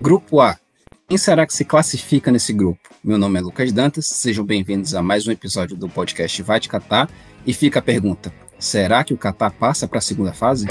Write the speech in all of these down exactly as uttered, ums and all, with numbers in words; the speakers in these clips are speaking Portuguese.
Grupo A. Quem será que se classifica nesse grupo? Meu nome é Lucas Dantas, sejam bem-vindos a mais um episódio do podcast Vai de Catar. E fica a pergunta, será que o Catar passa para a segunda fase?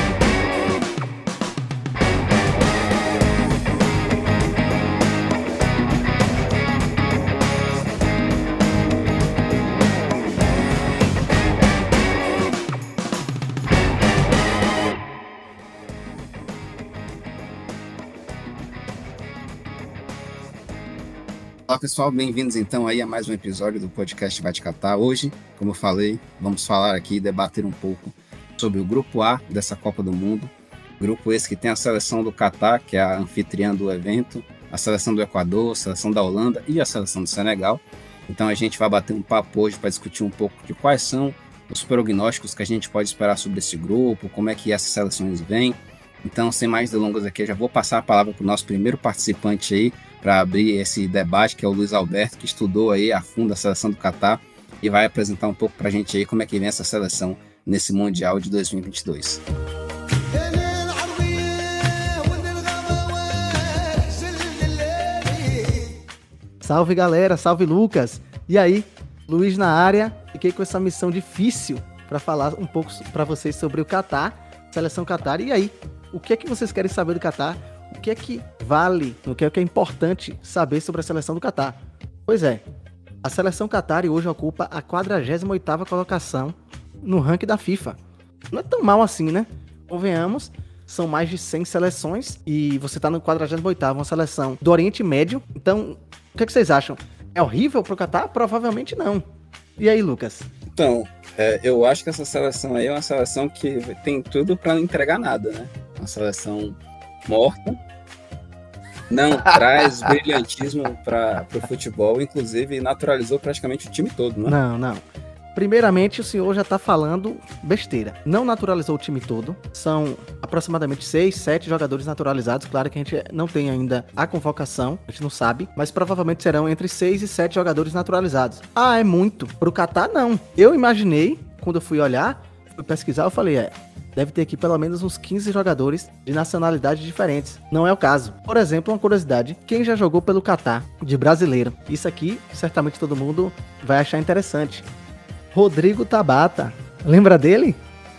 Olá pessoal, bem-vindos então aí a mais um episódio do podcast Vai de Catar. Hoje, como eu falei, vamos falar aqui e debater um pouco sobre o Grupo A dessa Copa do Mundo. Grupo esse que tem a seleção do Catar, que é a anfitriã do evento, a seleção do Equador, a seleção da Holanda e a seleção do Senegal. Então a gente vai bater um papo hoje para discutir um pouco de quais são os prognósticos que a gente pode esperar sobre esse grupo, como é que essas seleções vêm. Então, sem mais delongas aqui, eu já vou passar a palavra para o nosso primeiro participante aí, para abrir esse debate, que é o Luiz Alberto, que estudou aí a fundo a seleção do Catar e vai apresentar um pouco para a gente aí como é que vem essa seleção nesse Mundial de dois mil e vinte e dois. Salve galera, salve Lucas! E aí, Luiz na área, fiquei com essa missão difícil para falar um pouco para vocês sobre o Catar, seleção Catar. E aí, o que é que vocês querem saber do Catar? O que é que vale, o que é que é importante saber sobre a seleção do Catar? Pois é, a seleção Catar hoje ocupa a quadragésima oitava colocação no ranking da FIFA. Não é tão mal assim, né? Convenhamos, são mais de cem seleções e você tá no quadragésimo oitavo, uma seleção do Oriente Médio. Então, o que é que vocês acham? É horrível pro Catar? Provavelmente não. E aí, Lucas? Então, é, eu acho que essa seleção aí é uma seleção que tem tudo para não entregar nada, né? Uma seleção morta, não traz brilhantismo para o futebol, inclusive naturalizou praticamente o time todo, né? Não, não. Primeiramente, o senhor já tá falando besteira. Não naturalizou o time todo. São aproximadamente seis, sete jogadores naturalizados. Claro que a gente não tem ainda a convocação, a gente não sabe, mas provavelmente serão entre seis e sete jogadores naturalizados. Ah, é muito. Pro Catar, não. Eu imaginei, quando eu fui olhar, fui pesquisar, eu falei, é, deve ter aqui pelo menos uns quinze jogadores de nacionalidades diferentes. Não é o caso. Por exemplo, uma curiosidade, quem já jogou pelo Catar de brasileiro? Isso aqui, certamente todo mundo vai achar interessante. Rodrigo Tabata. Lembra dele?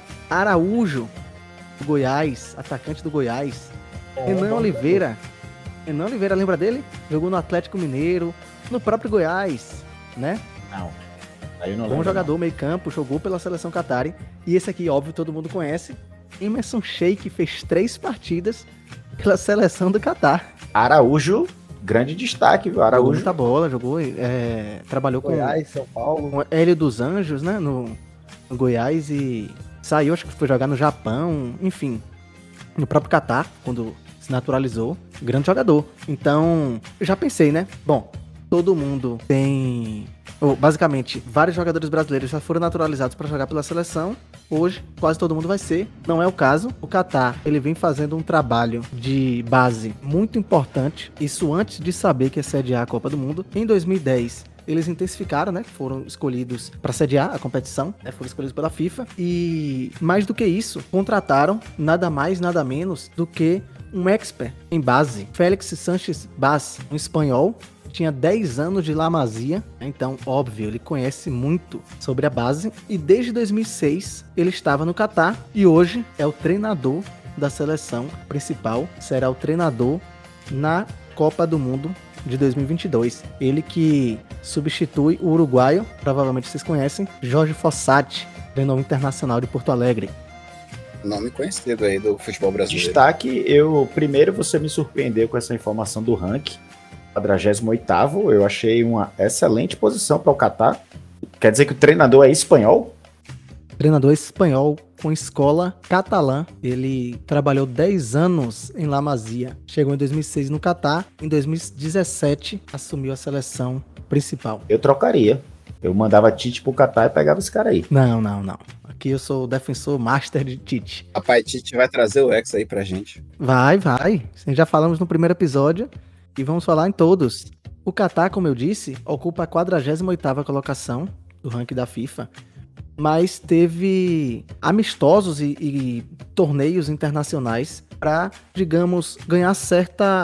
Araújo, do Goiás, atacante do Goiás. Oh, Renan Oliveira. Renan Oliveira, lembra dele? Jogou no Atlético Mineiro, no próprio Goiás, né? Não. Aí eu não Bom jogador, meio campo, jogou pela seleção Qatari. E esse aqui, óbvio, todo mundo conhece. Emerson Sheik fez três partidas pela seleção do Catar. Araújo, grande destaque, viu? Araújo. Jogou muita bola, jogou, é, trabalhou Goiás, com, São Paulo. com Hélio dos Anjos, né? No, no Goiás e saiu, acho que foi jogar no Japão, enfim. No próprio Catar, quando se naturalizou. Grande jogador. Então, eu já pensei, né? Bom, todo mundo tem... Ou, basicamente, vários jogadores brasileiros já foram naturalizados para jogar pela seleção. Hoje, quase todo mundo vai ser. Não é o caso. O Catar, ele vem fazendo um trabalho de base muito importante. Isso antes de saber que ia sediar a Copa do Mundo. Em dois mil e dez, eles intensificaram, né? Foram escolhidos para sediar a competição, né? Foram escolhidos pela FIFA. E, mais do que isso, contrataram nada mais, nada menos do que um expert em base. Félix Sánchez Bas, um espanhol, tinha dez anos de La Masia, então, óbvio, ele conhece muito sobre a base. E desde dois mil e seis, ele estava no Catar e hoje é o treinador da seleção principal. Será o treinador na Copa do Mundo de dois mil e vinte e dois. Ele que substitui o uruguaio, provavelmente vocês conhecem, Jorge Fossati, treinador internacional de Porto Alegre. Nome conhecido aí do futebol brasileiro. Destaque, eu primeiro você me surpreendeu com essa informação do ranking. quadragésimo oitavo, eu achei uma excelente posição para o Catar. Quer dizer que o treinador é espanhol? Treinador espanhol com escola catalã. Ele trabalhou dez anos em La Masia. Chegou em dois mil e seis no Catar. Em dois mil e dezessete, assumiu a seleção principal. Eu trocaria. Eu mandava Tite pro Catar e pegava esse cara aí. Não, não, não. Aqui eu sou o defensor master de Tite. Rapaz, Tite vai trazer o Hexa aí pra gente. Vai, vai. Já falamos no primeiro episódio. E vamos falar em todos. O Catar, como eu disse, ocupa a quadragésima oitava colocação do ranking da FIFA, mas teve amistosos e, e torneios internacionais para, digamos, ganhar certa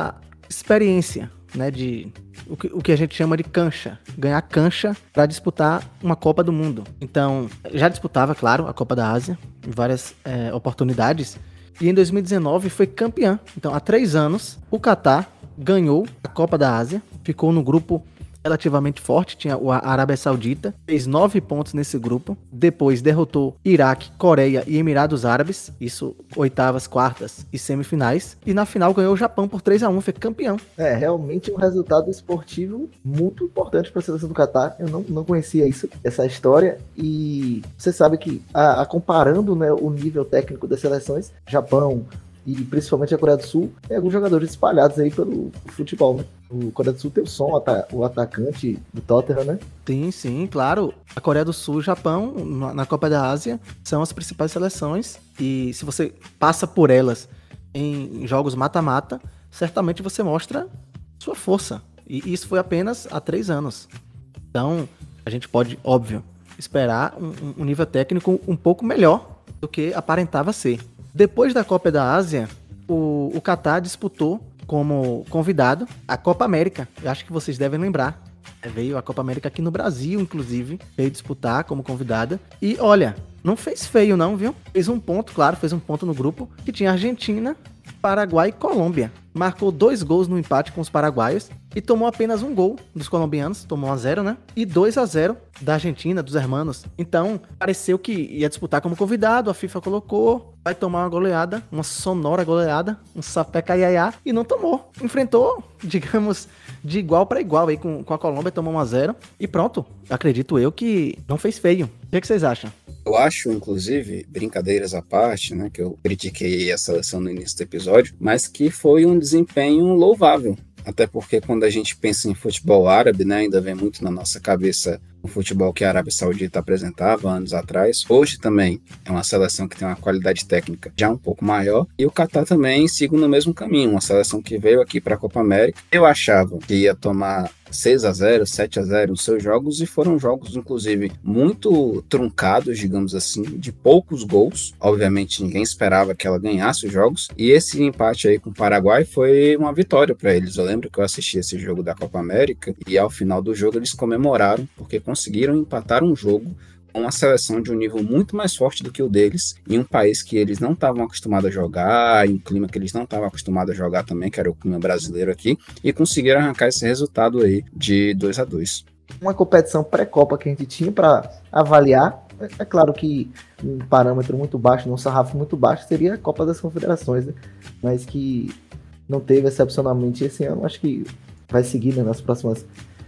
experiência, né, de o que, o que a gente chama de cancha, ganhar cancha para disputar uma Copa do Mundo. Então, já disputava, claro, a Copa da Ásia em várias é, oportunidades, e em dois mil e dezenove foi campeã. Então, há três anos, o Catar ganhou a Copa da Ásia, ficou no grupo relativamente forte, tinha a Arábia Saudita, fez nove pontos nesse grupo, depois derrotou Iraque, Coreia e Emirados Árabes, isso oitavas, quartas e semifinais, e na final ganhou o Japão por três a um, foi campeão. É, realmente um resultado esportivo muito importante para a seleção do Catar. Eu não, não conhecia isso, essa história, e você sabe que, a, a comparando, né, o nível técnico das seleções, Japão e principalmente a Coreia do Sul, tem alguns jogadores espalhados aí pelo futebol, né? O Coreia do Sul tem o Son, o atacante do Tottenham, né? Sim, sim, claro. A Coreia do Sul e o Japão, na Copa da Ásia, são as principais seleções. E se você passa por elas em jogos mata-mata, certamente você mostra sua força. E isso foi apenas há três anos. Então, a gente pode, óbvio, esperar um, um nível técnico um pouco melhor do que aparentava ser. Depois da Copa da Ásia, o, o Catar disputou como convidado a Copa América. Eu acho que vocês devem lembrar. É, veio a Copa América aqui no Brasil, inclusive. Veio disputar como convidada. E olha, não fez feio não, viu? Fez um ponto, claro, fez um ponto no grupo, que tinha Argentina, Paraguai e Colômbia. Marcou dois gols no empate com os paraguaios e tomou apenas um gol dos colombianos, tomou um a zero, né? E dois a zero da Argentina, dos hermanos. Então, pareceu que ia disputar como convidado, a FIFA colocou, vai tomar uma goleada, uma sonora goleada, um sapé caiaiá, e não tomou. Enfrentou, digamos, de igual para igual aí com, com a Colômbia, tomou um a zero e pronto. Acredito eu que não fez feio. O que, é que vocês acham? Eu acho, inclusive, brincadeiras à parte, né, que eu critiquei a seleção no início do episódio, mas que foi um desempenho louvável. Até porque quando a gente pensa em futebol árabe, né, ainda vem muito na nossa cabeça o futebol que a Arábia Saudita apresentava anos atrás. Hoje também é uma seleção que tem uma qualidade técnica já um pouco maior. E o Catar também siga no mesmo caminho, uma seleção que veio aqui para a Copa América. Eu achava que ia tomar seis a zero, sete a zero nos seus jogos, e foram jogos, inclusive, muito truncados, digamos assim, de poucos gols. Obviamente, ninguém esperava que ela ganhasse os jogos, e esse empate aí com o Paraguai foi uma vitória para eles. Eu lembro que eu assisti esse jogo da Copa América, e ao final do jogo eles comemoraram, porque conseguiram empatar um jogo com uma seleção de um nível muito mais forte do que o deles, em um país que eles não estavam acostumados a jogar, em um clima que eles não estavam acostumados a jogar também, que era o clima brasileiro aqui, e conseguiram arrancar esse resultado aí de dois a dois. Uma competição pré-copa que a gente tinha para avaliar, é claro que um parâmetro muito baixo, um sarrafo muito baixo, seria a Copa das Confederações, né? Mas que não teve excepcionalmente esse ano, acho que vai seguir, né, nas próximas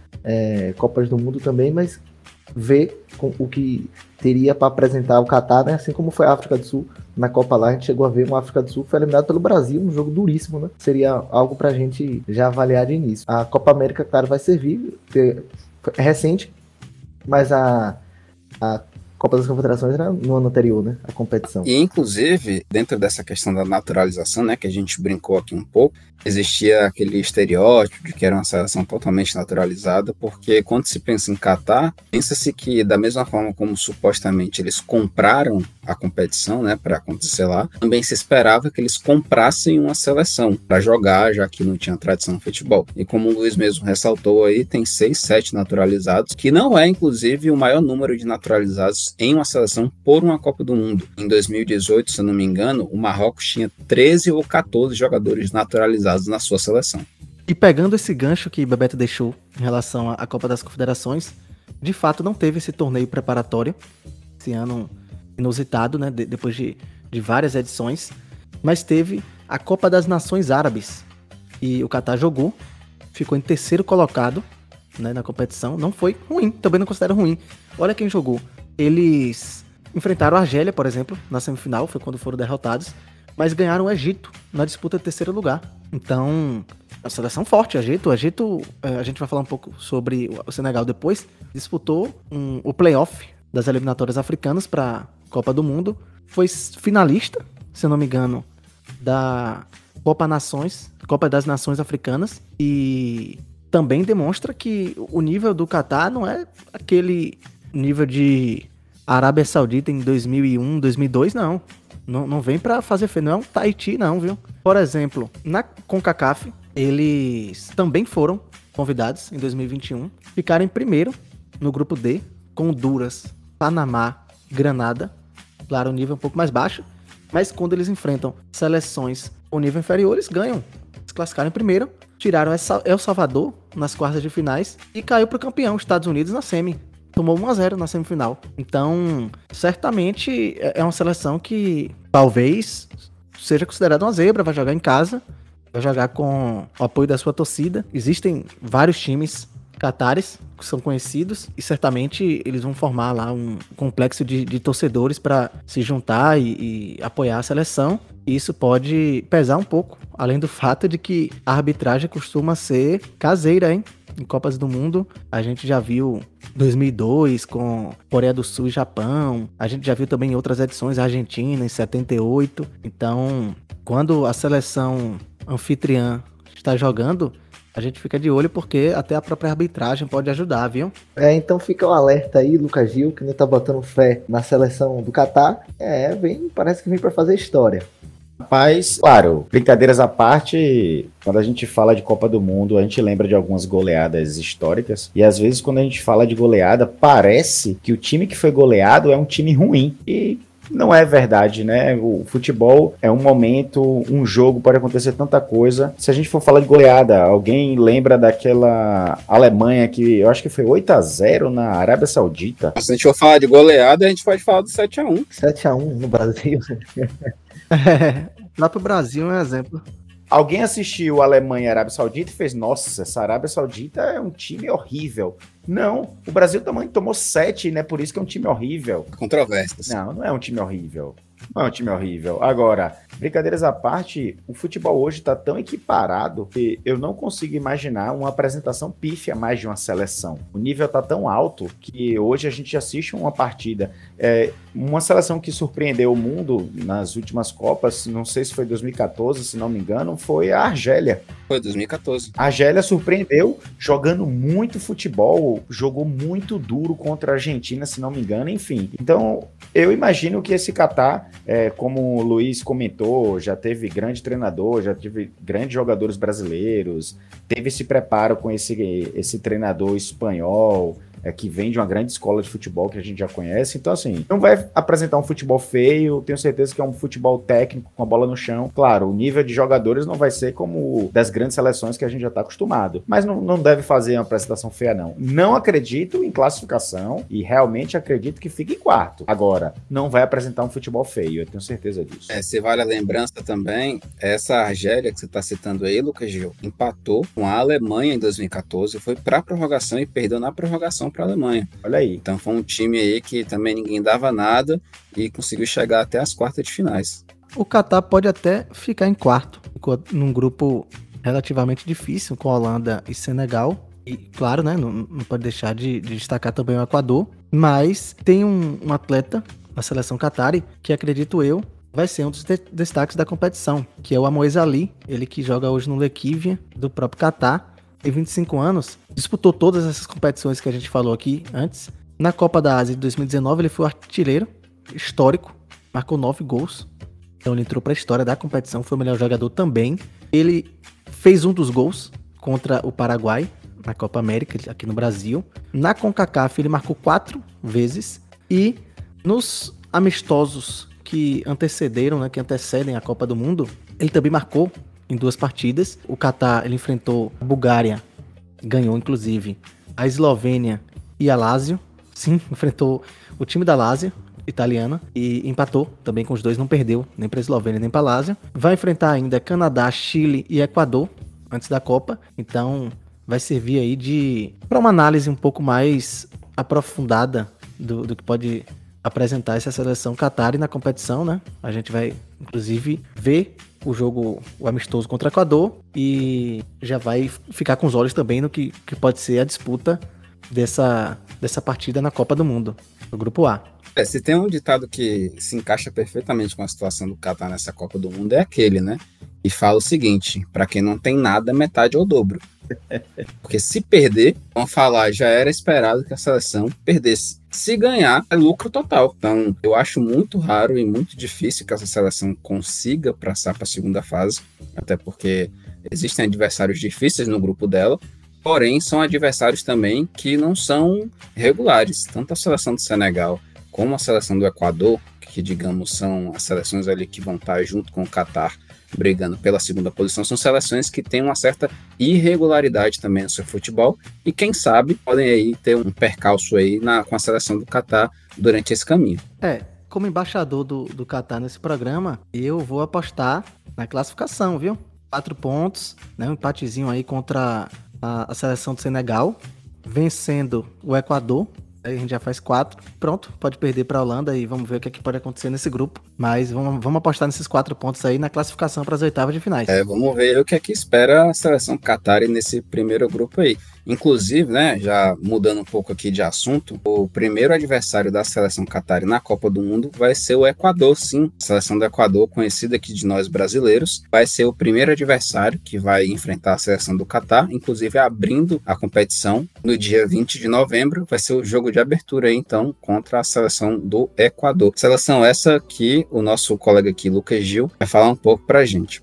é, Copas do Mundo também, mas ver com o que teria para apresentar o Catar, né? Assim como foi a África do Sul na Copa lá, a gente chegou a ver uma África do Sul que foi eliminada pelo Brasil, um jogo duríssimo, né? Seria algo pra gente já avaliar de início. A Copa América, claro, vai servir, é recente, mas a, a Copa das Confederações era no ano anterior, né? A competição. E, inclusive, dentro dessa questão da naturalização, né, que a gente brincou aqui um pouco, existia aquele estereótipo de que era uma seleção totalmente naturalizada, porque quando se pensa em Catar, pensa-se que da mesma forma como supostamente eles compraram a competição, né, para acontecer lá, também se esperava que eles comprassem uma seleção para jogar, já que não tinha tradição no futebol. E como o Luiz mesmo ressaltou aí, tem seis, sete naturalizados, que não é, inclusive, o maior número de naturalizados em uma seleção por uma Copa do Mundo. Em dois mil e dezoito, se eu não me engano, o Marrocos tinha treze ou catorze jogadores naturalizados na sua seleção. E pegando esse gancho que Bebeto deixou em relação à Copa das Confederações, de fato não teve esse torneio preparatório, esse ano inusitado, né, de, depois de, de várias edições, mas teve a Copa das Nações Árabes, e o Catar jogou, ficou em terceiro colocado, né, na competição. Não foi ruim, também não considero ruim. Olha quem jogou. Eles enfrentaram a Argélia, por exemplo, na semifinal, foi quando foram derrotados, mas ganharam o Egito na disputa de terceiro lugar. Então, é uma seleção forte, o Egito. O Egito, a gente vai falar um pouco sobre o Senegal depois, disputou um, o playoff das eliminatórias africanas para a Copa do Mundo, foi finalista, se eu não me engano, da Copa Nações, Copa das Nações Africanas, e também demonstra que o nível do Catar não é aquele nível de Arábia Saudita em dois mil e um, dois mil e dois, não. Não, não vem pra fazer feio, não é um Tahiti não, viu? Por exemplo, na CONCACAF, eles também foram convidados em dois mil e vinte e um, ficaram em primeiro no grupo D, com Honduras, Panamá, Granada. Claro, o nível é um pouco mais baixo, mas quando eles enfrentam seleções com nível inferior, eles ganham. Se classificaram em primeiro, tiraram El Salvador nas quartas de finais e caiu para o campeão, Estados Unidos, na semi. Tomou um a zero na semifinal. Então, certamente é uma seleção que talvez seja considerada uma zebra, vai jogar em casa, vai jogar com o apoio da sua torcida. Existem vários times catares que são conhecidos e certamente eles vão formar lá um complexo de, de torcedores para se juntar e, e apoiar a seleção. E isso pode pesar um pouco, além do fato de que a arbitragem costuma ser caseira, hein? Em Copas do Mundo, a gente já viu dois mil e dois com Coreia do Sul e Japão. A gente já viu também em outras edições, a Argentina em setenta e oito. Então, quando a seleção anfitriã está jogando, a gente fica de olho porque até a própria arbitragem pode ajudar, viu? É, então fica o alerta aí, Lucas Gil, que não tá botando fé na seleção do Catar. É, vem, parece que vem para fazer história. Rapaz, claro, brincadeiras à parte, quando a gente fala de Copa do Mundo, a gente lembra de algumas goleadas históricas, e às vezes quando a gente fala de goleada, parece que o time que foi goleado é um time ruim, e não é verdade, né? O futebol é um momento, um jogo, pode acontecer tanta coisa. Se a gente for falar de goleada, alguém lembra daquela Alemanha que eu acho que foi oito a zero na Arábia Saudita? Se a gente for falar de goleada, a gente pode falar do sete a um. sete a um no Brasil. É, lá pro Brasil é um exemplo. Alguém assistiu Alemanha e Arábia Saudita e fez, nossa, essa Arábia Saudita é um time horrível. Não, o Brasil também tomou sete, né? Por isso que é um time horrível. Controvérsias. Não, não é um time horrível. Não é um time horrível. Agora, brincadeiras à parte, o futebol hoje está tão equiparado que eu não consigo imaginar uma apresentação pífia mais de uma seleção. O nível está tão alto que hoje a gente assiste uma partida. É, uma seleção que surpreendeu o mundo nas últimas Copas, não sei se foi dois mil e quatorze, se não me engano, foi a Argélia. Foi dois mil e quatorze. A Argélia surpreendeu jogando muito futebol, jogou muito duro contra a Argentina, se não me engano, enfim. Então, eu imagino que esse Catar, é, como o Luiz comentou, já teve grande treinador, já teve grandes jogadores brasileiros, teve esse preparo com esse, esse treinador espanhol, é, que vem de uma grande escola de futebol que a gente já conhece. Então, assim, não vai apresentar um futebol feio, tenho certeza que é um futebol técnico com a bola no chão. Claro, o nível de jogadores não vai ser como o das grandes seleções que a gente já está acostumado, mas não, não deve fazer uma apresentação feia, não. Não acredito em classificação e realmente acredito que fique em quarto. Agora, não vai apresentar um futebol feio, eu tenho certeza disso. É, se vale a lembrança também, essa Argélia que você está citando aí, Lucas Gil, empatou com a Alemanha em dois mil e quatorze, foi para a prorrogação e perdeu na prorrogação para a Alemanha. Olha aí. Então foi um time aí que também ninguém dava nada e conseguiu chegar até as quartas de finais. O Catar pode até ficar em quarto, num grupo relativamente difícil, com Holanda e Senegal. E, claro, né, não, não pode deixar de, de destacar também o Equador. Mas tem um, um atleta da seleção Qatari que, acredito eu, vai ser um dos de- destaques da competição, que é o Amoez Ali, ele que joga hoje no Lequívia, do próprio Catar. Tem vinte e cinco anos, disputou todas essas competições que a gente falou aqui antes. Na Copa da Ásia de dois mil e dezenove, ele foi artilheiro histórico, marcou nove gols. Então ele entrou para a história da competição, foi o melhor jogador também. Ele fez um dos gols contra o Paraguai, na Copa América, aqui no Brasil. Na CONCACAF, ele marcou quatro vezes. E nos amistosos que antecederam, né, que antecedem a Copa do Mundo, ele também marcou em duas partidas. O Catar, ele enfrentou a Bulgária, ganhou inclusive a Eslovênia e a Lazio. Sim, enfrentou o time da Lazio, italiana, e empatou também com os dois, não perdeu nem para a Eslovênia nem para a Lazio. Vai enfrentar ainda Canadá, Chile e Equador antes da Copa. Então vai servir aí de para uma análise um pouco mais aprofundada do, do que pode apresentar essa seleção Qatari na competição, né? A gente vai, inclusive, ver o jogo, o amistoso contra o Equador, e já vai ficar com os olhos também no que, que pode ser a disputa dessa, dessa partida na Copa do Mundo, no Grupo A. É, se tem um ditado que se encaixa perfeitamente com a situação do Catar nessa Copa do Mundo, é aquele, né? E fala o seguinte: para quem não tem nada, metade é o dobro. Porque se perder, vão falar, já era esperado que a seleção perdesse. Se ganhar, é lucro total. Então, eu acho muito raro e muito difícil que essa seleção consiga passar para a segunda fase, até porque existem adversários difíceis no grupo dela, porém são adversários também que não são regulares. Tanto a seleção do Senegal como a seleção do Equador, que digamos são as seleções ali que vão estar junto com o Catar brigando pela segunda posição, são seleções que têm uma certa irregularidade também no seu futebol e quem sabe podem aí ter um percalço aí na, com a seleção do Catar durante esse caminho. É, como embaixador do, do Catar nesse programa, eu vou apostar na classificação, viu? Quatro pontos, né? Um empatezinho aí contra a, a seleção do Senegal, vencendo o Equador. Aí a gente já faz quatro. Pronto, pode perder para a Holanda e vamos ver o que, é que pode acontecer nesse grupo. Mas vamos, vamos apostar nesses quatro pontos aí na classificação para as oitavas de finais. É, vamos ver o que é que espera a seleção Qatar nesse primeiro grupo aí. Inclusive, né, já mudando um pouco aqui de assunto, o primeiro adversário da seleção Qatar na Copa do Mundo vai ser o Equador, sim. A seleção do Equador, conhecida aqui de nós brasileiros, vai ser o primeiro adversário que vai enfrentar a seleção do Qatar, inclusive abrindo a competição no dia vinte de novembro, vai ser o jogo de abertura aí, então, contra a seleção do Equador. Seleção essa que o nosso colega aqui, Lucas Gil, vai falar um pouco pra gente.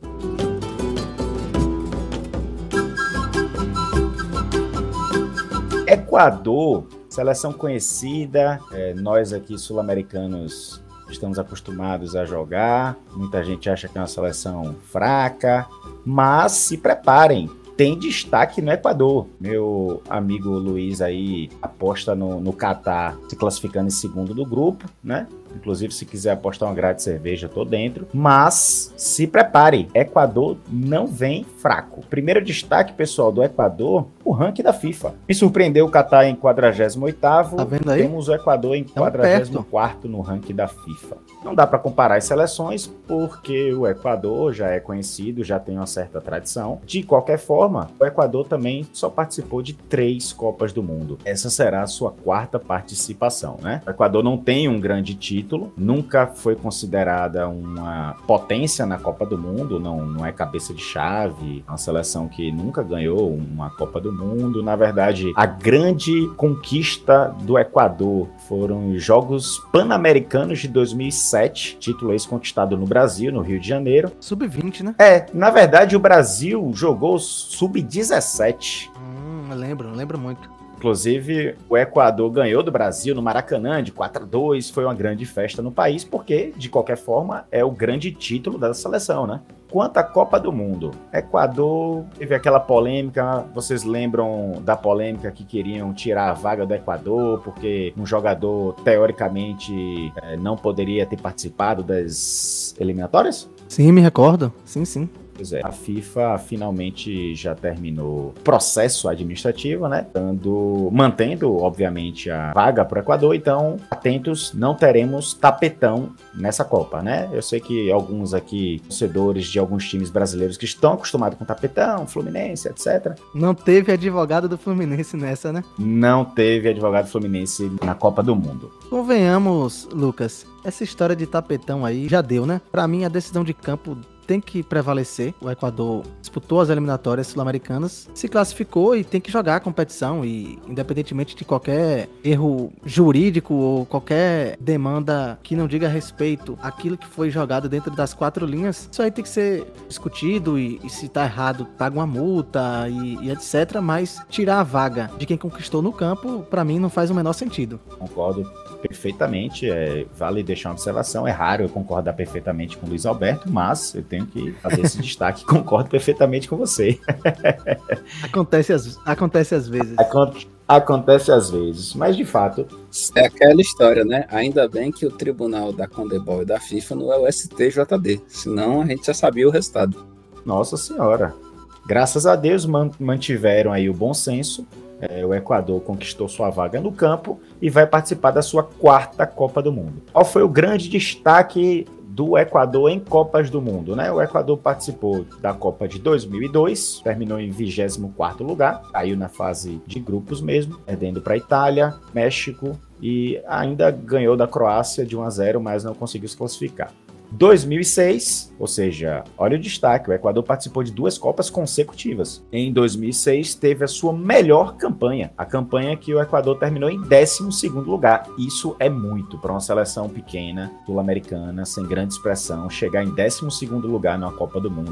Equador, seleção conhecida, é, nós aqui sul-americanos estamos acostumados a jogar, muita gente acha que é uma seleção fraca, mas se preparem, tem destaque no Equador. Meu amigo Luiz aí aposta no, no Catar se classificando em segundo do grupo, né? Inclusive, se quiser apostar uma grade de cerveja, eu tô dentro. Mas se prepare, Equador não vem fraco. Primeiro destaque, pessoal, do Equador, o ranking da FIFA. Me surpreendeu o Catar em quadragésimo oitavo. Tá vendo aí? Temos o Equador em quadragésimo quarto no ranking da FIFA. Não dá para comparar as seleções, porque o Equador já é conhecido, já tem uma certa tradição. De qualquer forma, o Equador também só participou de três Copas do Mundo. Essa será a sua quarta participação, né? O Equador não tem um grande título, nunca foi considerada uma potência na Copa do Mundo, não, não é cabeça de chave, é uma seleção que nunca ganhou uma Copa do Mundo. Na verdade, a grande conquista do Equador foram os Jogos Pan-Americanos de dois mil e sete, título esse conquistado no Brasil, no Rio de Janeiro. sub vinte, né? É, na verdade o Brasil jogou sub dezessete. Hum, eu lembro, eu lembro muito. Inclusive, o Equador ganhou do Brasil no Maracanã de quatro a dois, foi uma grande festa no país, porque, de qualquer forma, é o grande título da seleção, né? Quanto à Copa do Mundo, Equador teve aquela polêmica, vocês lembram da polêmica que queriam tirar a vaga do Equador, porque um jogador, teoricamente, não poderia ter participado das eliminatórias? Sim, me recordo. Sim, sim. Pois é, a FIFA finalmente já terminou o processo administrativo, né? Dando, mantendo, obviamente, a vaga para o Equador. Então, atentos, não teremos tapetão nessa Copa, né? Eu sei que alguns aqui, torcedores de alguns times brasileiros que estão acostumados com tapetão, Fluminense, etcétera. Não teve advogado do Fluminense nessa, né? Não teve advogado Fluminense na Copa do Mundo. Convenhamos, Lucas, essa história de tapetão aí já deu, né? Pra mim, a decisão de campo tem que prevalecer. O Equador disputou as eliminatórias sul-americanas, se classificou e tem que jogar a competição, e independentemente de qualquer erro jurídico ou qualquer demanda que não diga respeito àquilo que foi jogado dentro das quatro linhas, isso aí tem que ser discutido e, e se tá errado, paga uma multa e, e etcétera. Mas tirar a vaga de quem conquistou no campo, pra mim, não faz o menor sentido. Concordo perfeitamente, é, vale deixar uma observação, é raro eu concordar perfeitamente com o Luiz Alberto, mas eu tenho que fazer esse destaque, concordo perfeitamente com você. Acontece às, acontece às vezes. Acontece, acontece às vezes, mas de fato... É aquela história, né? Ainda bem que o tribunal da CONMEBOL e da FIFA não é o S T J D, senão a gente já sabia o resultado. Nossa Senhora, graças a Deus mantiveram aí o bom senso. É, o Equador conquistou sua vaga no campo e vai participar da sua quarta Copa do Mundo. Qual foi o grande destaque do Equador em Copas do Mundo, né? O Equador participou da Copa de dois mil e dois, terminou em vigésimo quarto lugar, caiu na fase de grupos mesmo, perdendo para a Itália, México e ainda ganhou da Croácia de um a zero, mas não conseguiu se classificar. dois mil e seis, ou seja, olha o destaque, o Equador participou de duas Copas consecutivas. Em dois mil e seis, teve a sua melhor campanha, a campanha que o Equador terminou em décimo segundo lugar. Isso é muito para uma seleção pequena, sul-americana, sem grande expressão, chegar em décimo segundo lugar na Copa do Mundo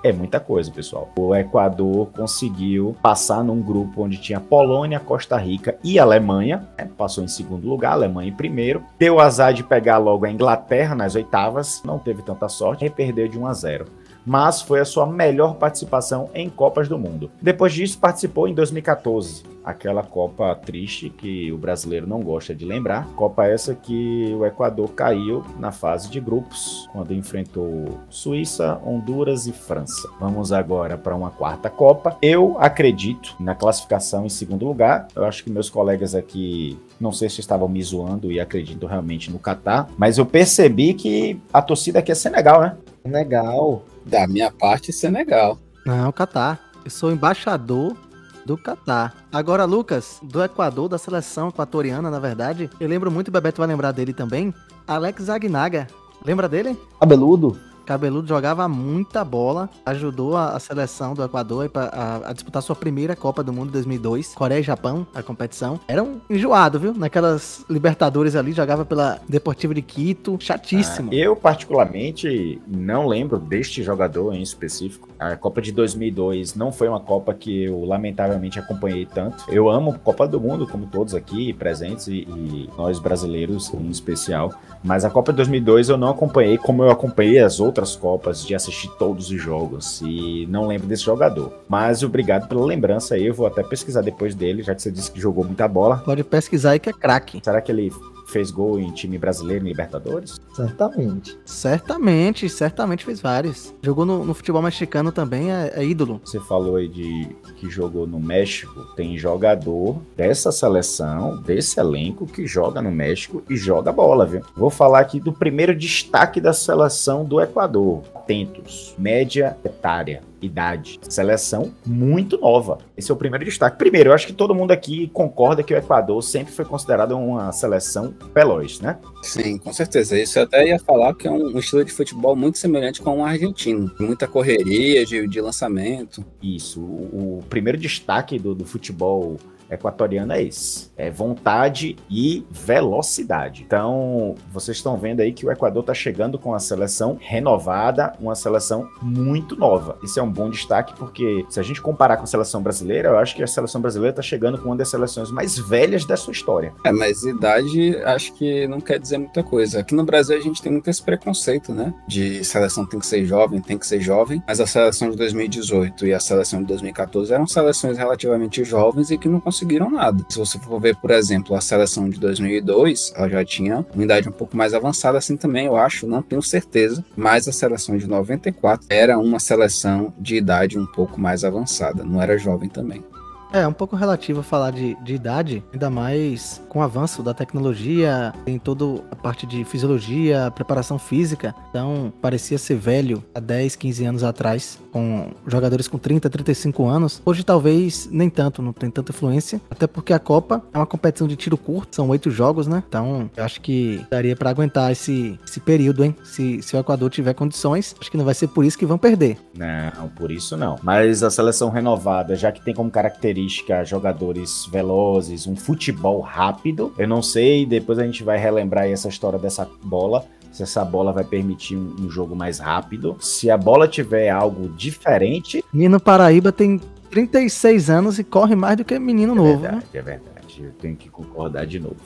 é muita coisa, pessoal. O Equador conseguiu passar num grupo onde tinha Polônia, Costa Rica e Alemanha, né? Passou em segundo lugar, Alemanha em primeiro, deu azar de pegar logo a Inglaterra nas oitavas, não teve tanta sorte e perdeu de um a zero. Mas foi a sua melhor participação em Copas do Mundo. Depois disso, participou em dois mil e quatorze, aquela Copa triste que o brasileiro não gosta de lembrar. Copa essa que o Equador caiu na fase de grupos, quando enfrentou Suíça, Honduras e França. Vamos agora para uma quarta Copa. Eu acredito na classificação em segundo lugar. Eu acho que meus colegas aqui, não sei se estavam me zoando e acreditam realmente no Catar, mas eu percebi que a torcida aqui é Senegal, né? Legal. Da minha parte, Senegal. Não, Catar. Eu sou embaixador do Catar. Agora, Lucas, do Equador, da seleção equatoriana, na verdade, eu lembro muito, o Bebeto vai lembrar dele também, Alex Aguinaga. Lembra dele? Cabeludo. Cabeludo jogava muita bola, ajudou a, a seleção do Equador a, a, a disputar sua primeira Copa do Mundo em dois mil e dois, Coreia e Japão, a competição. Era um enjoado, viu? Naquelas Libertadores ali, jogava pela Deportivo de Quito, chatíssimo. Ah, eu, particularmente, não lembro deste jogador em específico. A Copa de dois mil e dois não foi uma Copa que eu, lamentavelmente, acompanhei tanto. Eu amo Copa do Mundo, como todos aqui presentes, e, e nós brasileiros em especial. Mas a Copa de dois mil e dois eu não acompanhei como eu acompanhei as outras outras Copas, de assistir todos os jogos, e não lembro desse jogador. Mas obrigado pela lembrança aí, eu vou até pesquisar depois dele, já que você disse que jogou muita bola. Pode pesquisar aí que é craque. Será que ele fez gol em time brasileiro em Libertadores? Certamente. Certamente, certamente fez vários. Jogou no, no futebol mexicano também, é, é ídolo. Você falou aí de que jogou no México, tem jogador dessa seleção, desse elenco, que joga no México e joga bola, viu? Vou falar aqui do primeiro destaque da seleção do Equador. Atentos, média etária, idade, seleção muito nova. Esse é o primeiro destaque. Primeiro, eu acho que todo mundo aqui concorda que o Equador sempre foi considerado uma seleção veloz, né? Sim, com certeza. Isso eu até ia falar que é um estilo de futebol muito semelhante com o argentino. Muita correria de, de lançamento. Isso. O, o primeiro destaque do, do futebol equatoriano é esse. É vontade e velocidade. Então, vocês estão vendo aí que o Equador está chegando com a seleção renovada, uma seleção muito nova. Isso é um bom destaque porque, se a gente comparar com a seleção brasileira, eu acho que a seleção brasileira está chegando com uma das seleções mais velhas da sua história. É, mas idade acho que não quer dizer muita coisa. Aqui no Brasil a gente tem muito esse preconceito, né? De seleção tem que ser jovem, tem que ser jovem. Mas a seleção de dois mil e dezoito e a seleção de dois mil e quatorze eram seleções relativamente jovens e que não conseguiram nada. Se você for ver, por exemplo, a seleção de dois mil e dois, ela já tinha uma idade um pouco mais avançada assim também, eu acho, não tenho certeza, mas a seleção de noventa e quatro era uma seleção de idade um pouco mais avançada, não era jovem também. É, um pouco relativo falar de, de idade, ainda mais com o avanço da tecnologia, tem toda a parte de fisiologia, preparação física, então parecia ser velho há dez, quinze anos atrás, com jogadores com trinta, trinta e cinco anos. Hoje talvez nem tanto, não tem tanta influência, até porque a Copa é uma competição de tiro curto, são oito jogos, né? Então eu acho que daria pra aguentar esse, esse período, hein? Se, se o Equador tiver condições, acho que não vai ser por isso que vão perder. Não, por isso não. Mas a seleção renovada, já que tem como característica jogadores velozes, um futebol rápido, eu não sei, depois a gente vai relembrar aí essa história dessa bola, se essa bola vai permitir um, um jogo mais rápido, se a bola tiver algo diferente... Menino Paraíba tem trinta e seis anos e corre mais do que menino é novo. Verdade, né? É verdade, eu tenho que concordar de novo.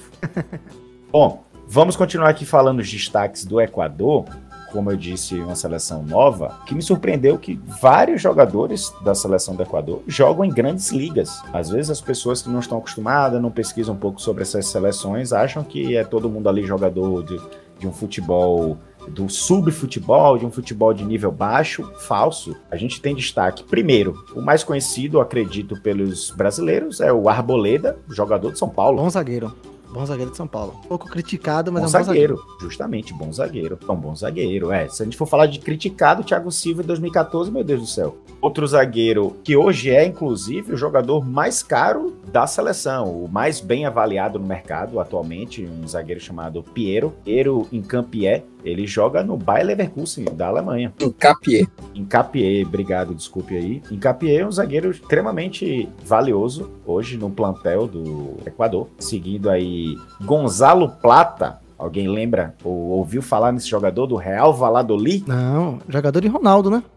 Bom, vamos continuar aqui falando os destaques do Equador. Como eu disse, uma seleção nova, que me surpreendeu que vários jogadores da seleção do Equador jogam em grandes ligas. Às vezes as pessoas que não estão acostumadas, não pesquisam um pouco sobre essas seleções, acham que é todo mundo ali jogador de, de um futebol, do sub-futebol, de um futebol de nível baixo. Falso. A gente tem destaque. Primeiro, o mais conhecido, acredito, pelos brasileiros, é o Arboleda, jogador de São Paulo. Bom zagueiro. Bom zagueiro de São Paulo. Um pouco criticado, mas bom é um zagueiro. bom zagueiro. Justamente, bom zagueiro. É um bom zagueiro, é. Se a gente for falar de criticado, Thiago Silva em dois mil e quatorze, meu Deus do céu. Outro zagueiro que hoje é, inclusive, o jogador mais caro da seleção, o mais bem avaliado no mercado atualmente, um zagueiro chamado Piero. Piero Incampié. Ele joga no Bayer Leverkusen, da Alemanha. Incapie. Incapie, obrigado, desculpe aí. Incapie é um zagueiro extremamente valioso hoje no plantel do Equador. Seguindo aí Gonzalo Plata. Alguém lembra ou ouviu falar nesse jogador do Real Valladolid? Não, jogador de Ronaldo, né?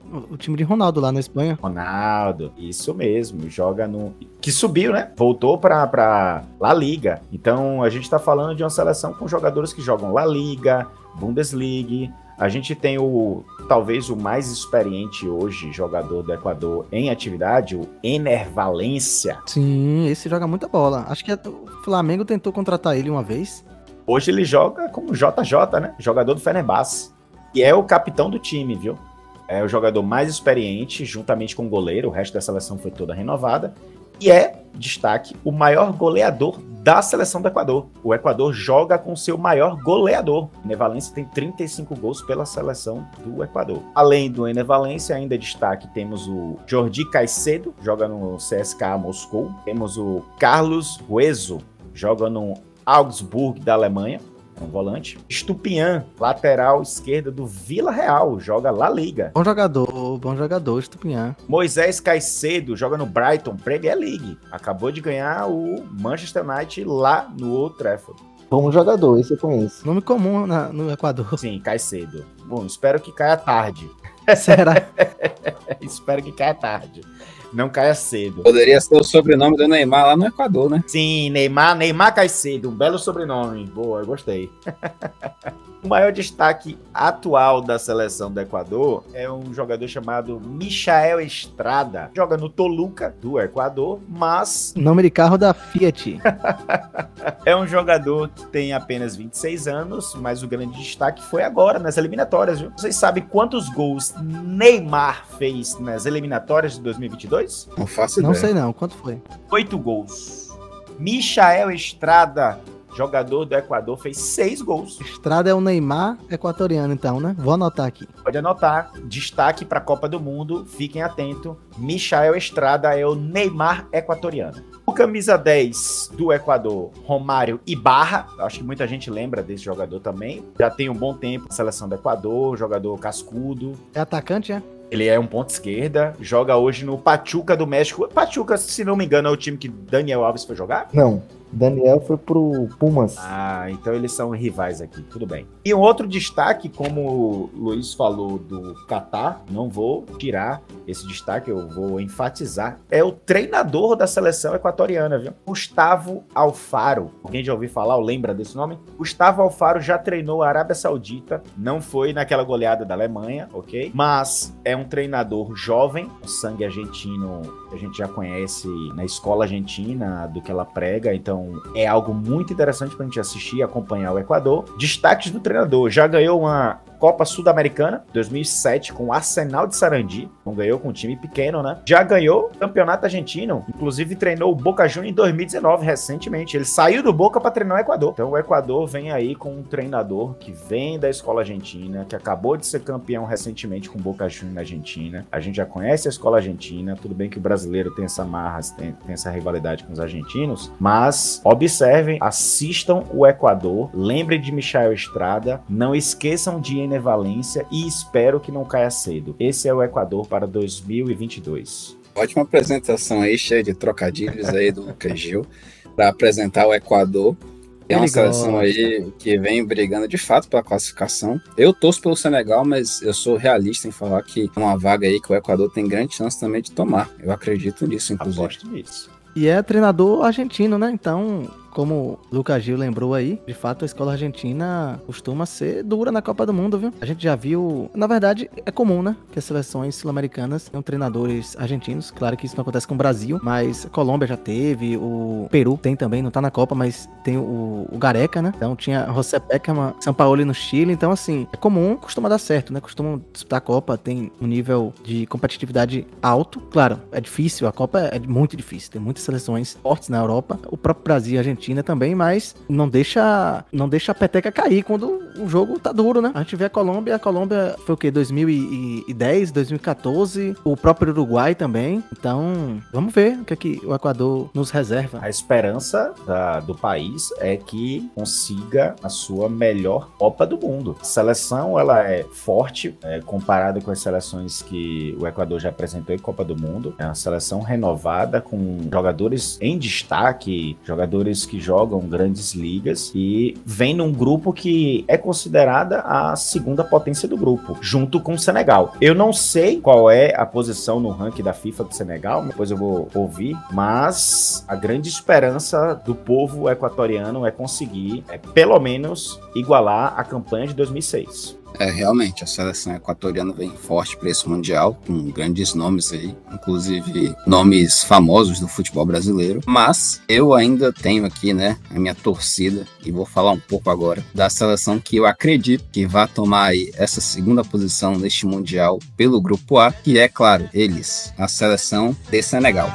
O, o time de Ronaldo lá na Espanha. Ronaldo, isso mesmo, joga no... Que subiu, né? Voltou pra, pra La Liga. Então, a gente tá falando de uma seleção com jogadores que jogam La Liga, Bundesliga. A gente tem o, talvez o mais experiente hoje, jogador do Equador em atividade, o Ener Valencia. Sim, esse joga muita bola. Acho que o Flamengo tentou contratar ele uma vez. Hoje ele joga como J J, né? Jogador do Fenerbahçe. E é o capitão do time, viu? É o jogador mais experiente, juntamente com o goleiro. O resto da seleção foi toda renovada. E é, destaque, o maior goleador da seleção do Equador. O Equador joga com seu maior goleador. Ener Valencia tem trinta e cinco gols pela seleção do Equador. Além do Ener Valencia, ainda destaque, temos o Jordi Caicedo, joga no C S K A Moscou. Temos o Carlos Hueso, joga no Augsburg da Alemanha. Um volante. Estupiñán, lateral esquerda do Vila Real, joga La Liga. Bom jogador, bom jogador, Estupiñán. Moisés Caicedo, joga no Brighton, Premier League. Acabou de ganhar o Manchester United lá no Old Trafford. Bom jogador, esse eu conheço. Nome comum na, no Equador. Sim, Caicedo. Bom, espero que caia tarde. Será? Espero que caia tarde. Não caia cedo. Poderia ser o sobrenome do Neymar lá no Equador, né? Sim, Neymar, Neymar Caicedo, um belo sobrenome. Boa, eu gostei. O maior destaque atual da seleção do Equador é um jogador chamado Michael Estrada. Joga no Toluca, do Equador, mas... Nome de carro da Fiat. É um jogador que tem apenas vinte e seis anos, mas o grande destaque foi agora, nas eliminatórias, viu? Vocês sabem quantos gols Neymar fez nas eliminatórias de dois mil e vinte e dois? Não faço Não ideia. sei não, quanto foi? Oito gols. Michael Estrada, jogador do Equador, fez seis gols. Estrada é o Neymar equatoriano, então, né? Vou anotar aqui. Pode anotar. Destaque para a Copa do Mundo. Fiquem atentos. Michael Estrada é o Neymar equatoriano. O camisa dez do Equador, Romário Ibarra. Acho que muita gente lembra desse jogador também. Já tem um bom tempo na seleção do Equador. Jogador cascudo. É atacante, é? Ele é um ponto esquerda. Joga hoje no Pachuca do México. Pachuca, se não me engano, é o time que Daniel Alves foi jogar? Não. Daniel foi pro Pumas. Ah, então eles são rivais aqui, tudo bem. E um outro destaque, como o Luiz falou do Catar, não vou tirar esse destaque, eu vou enfatizar, é o treinador da seleção equatoriana, viu? Gustavo Alfaro. Alguém já ouviu falar ou lembra desse nome? Gustavo Alfaro já treinou a Arábia Saudita, não foi naquela goleada da Alemanha, ok? Mas é um treinador jovem, o sangue argentino a gente já conhece na escola argentina, do que ela prega, então é algo muito interessante pra gente assistir e acompanhar o Equador. Destaques do treinador, já ganhou uma Copa Sul-Americana, dois mil e sete, com o Arsenal de Sarandi. Não ganhou com um time pequeno, né? Já ganhou o Campeonato Argentino. Inclusive, treinou o Boca Juniors em dois mil e dezenove, recentemente. Ele saiu do Boca para treinar o Equador. Então, o Equador vem aí com um treinador que vem da escola argentina, que acabou de ser campeão recentemente com o Boca Juniors na Argentina. A gente já conhece a escola argentina. Tudo bem que o brasileiro tem essa marra, tem, tem essa rivalidade com os argentinos. Mas, observem, assistam o Equador. Lembrem de Michael Estrada. Não esqueçam de Ener Valencia e espero que não caia cedo. Esse é o Equador para dois mil e vinte e dois. Ótima apresentação aí, cheia de trocadilhos aí do Lucas Gil, para apresentar o Equador. É uma Ele seleção gosta. aí que vem brigando de fato pela classificação. Eu torço pelo Senegal, mas eu sou realista em falar que é uma vaga aí que o Equador tem grande chance também de tomar. Eu acredito nisso, inclusive. Aposto nisso. E é treinador argentino, né? Então, como o Lucas Gil lembrou aí, de fato a escola argentina costuma ser dura na Copa do Mundo, viu? A gente já viu... Na verdade, é comum, né? Que as seleções sul-americanas tenham treinadores argentinos. Claro que isso não acontece com o Brasil, mas a Colômbia já teve, o Peru tem também, não tá na Copa, mas tem o, o Gareca, né? Então tinha José Peckerman, São Paulo no Chile. Então, assim, é comum, costuma dar certo, né? Costumam disputar a Copa, tem um nível de competitividade alto. Claro, é difícil, a Copa é muito difícil. Tem muitas seleções fortes na Europa, o próprio Brasil e a Argentina também, mas não deixa, não deixa a peteca cair quando o jogo tá duro, né? A gente vê a Colômbia, a Colômbia foi o quê? dois mil e dez, dois mil e quatorze, o próprio Uruguai também. Então, vamos ver o que é que o Equador nos reserva. A esperança da, do país é que consiga a sua melhor Copa do Mundo. A seleção, ela é forte, é, comparada com as seleções que o Equador já apresentou em Copa do Mundo. É uma seleção renovada, com jogadores em destaque, jogadores que jogam grandes ligas, e vem num grupo que é considerada a segunda potência do grupo, junto com o Senegal. Eu não sei qual é a posição no ranking da FIFA do Senegal, depois eu vou ouvir, mas a grande esperança do povo equatoriano é conseguir, é, pelo menos, igualar a campanha de dois mil e seis. É, realmente, a seleção equatoriana vem forte para esse Mundial, com grandes nomes aí, inclusive nomes famosos do futebol brasileiro, mas eu ainda tenho aqui, né, a minha torcida, e vou falar um pouco agora da seleção que eu acredito que vai tomar aí essa segunda posição neste Mundial pelo Grupo A, que é, claro, eles, a seleção de Senegal.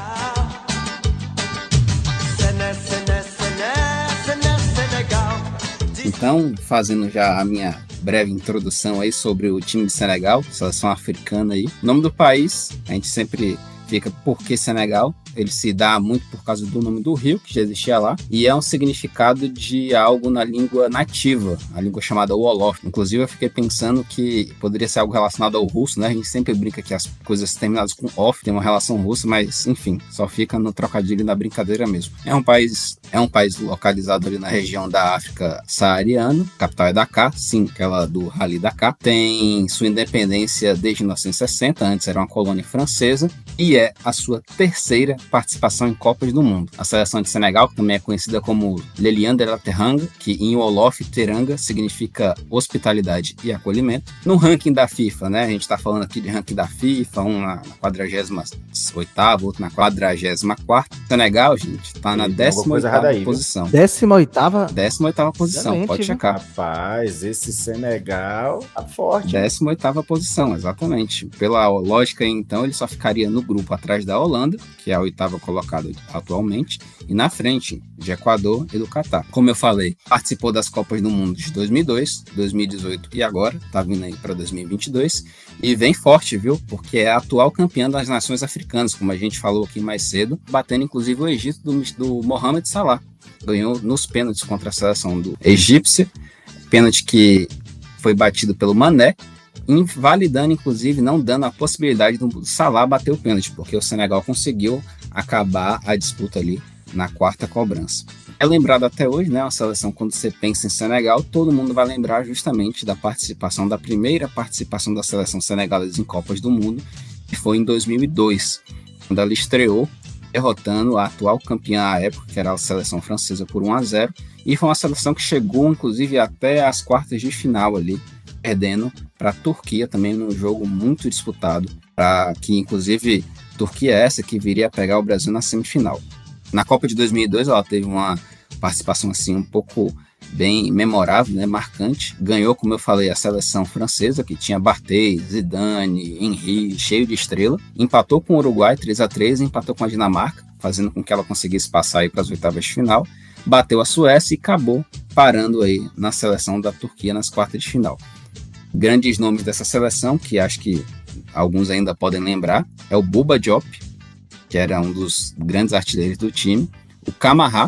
Então, fazendo já a minha breve introdução aí sobre o time de Senegal, seleção africana aí. O nome do país, a gente sempre fica por que Senegal? Ele se dá muito por causa do nome do rio, que já existia lá, e é um significado de algo na língua nativa, a língua chamada Wolof. Inclusive, eu fiquei pensando que poderia ser algo relacionado ao russo, né? A gente sempre brinca que as coisas terminadas com off tem uma relação russa, mas, enfim, só fica no trocadilho e na brincadeira mesmo. É um país, é um país localizado ali na região da África saariana, a capital é Dakar, sim, aquela do Rally Dakar. Tem sua independência desde mil novecentos e sessenta, antes era uma colônia francesa, e é a sua terceira participação em Copas do Mundo. A seleção de Senegal, que também é conhecida como Lelian de la Teranga, que em Wolof, Teranga, significa hospitalidade e acolhimento. No ranking da FIFA, né, a gente está falando aqui de ranking da FIFA, um na quadragésima oitava, outro na quadragésima quarta. Senegal, gente, está na décima oitava posição. décima oitava? décima oitava posição, excelente, pode checar. Rapaz, esse Senegal tá forte. décima oitava posição, exatamente. Pela lógica, então, ele só ficaria no grupo atrás da Holanda, que é a oitava colocada atualmente, e na frente de Equador e do Catar. Como eu falei, participou das Copas do Mundo de dois mil e dois, dois mil e dezoito e agora, tá vindo aí para dois mil e vinte e dois, e vem forte, viu? Porque é a atual campeã das nações africanas, como a gente falou aqui mais cedo, batendo inclusive o Egito do, do Mohamed Salah. Ganhou nos pênaltis contra a seleção do egípcia, pênalti que foi batido pelo Mané, invalidando, inclusive, não dando a possibilidade do Salah bater o pênalti, porque o Senegal conseguiu acabar a disputa ali na quarta cobrança. É lembrado até hoje, né, uma seleção, quando você pensa em Senegal, todo mundo vai lembrar justamente da participação, da primeira participação da seleção senegalesa em Copas do Mundo, que foi em dois mil e dois, quando ela estreou, derrotando a atual campeã à época, que era a seleção francesa, por um a zero, e foi uma seleção que chegou, inclusive, até as quartas de final ali, perdendo para a Turquia também num jogo muito disputado, para que inclusive Turquia é essa que viria a pegar o Brasil na semifinal. Na Copa de dois mil e dois ela teve uma participação assim um pouco bem memorável, né, marcante. Ganhou, como eu falei, a seleção francesa, que tinha Barthez, Zidane, Henry, cheio de estrela. Empatou com o Uruguai três a três, empatou com a Dinamarca, fazendo com que ela conseguisse passar para as oitavas de final. Bateu a Suécia e acabou parando aí na seleção da Turquia nas quartas de final. Grandes nomes dessa seleção, que acho que alguns ainda podem lembrar, é o Bouba Diop, que era um dos grandes artilheiros do time, o Camara,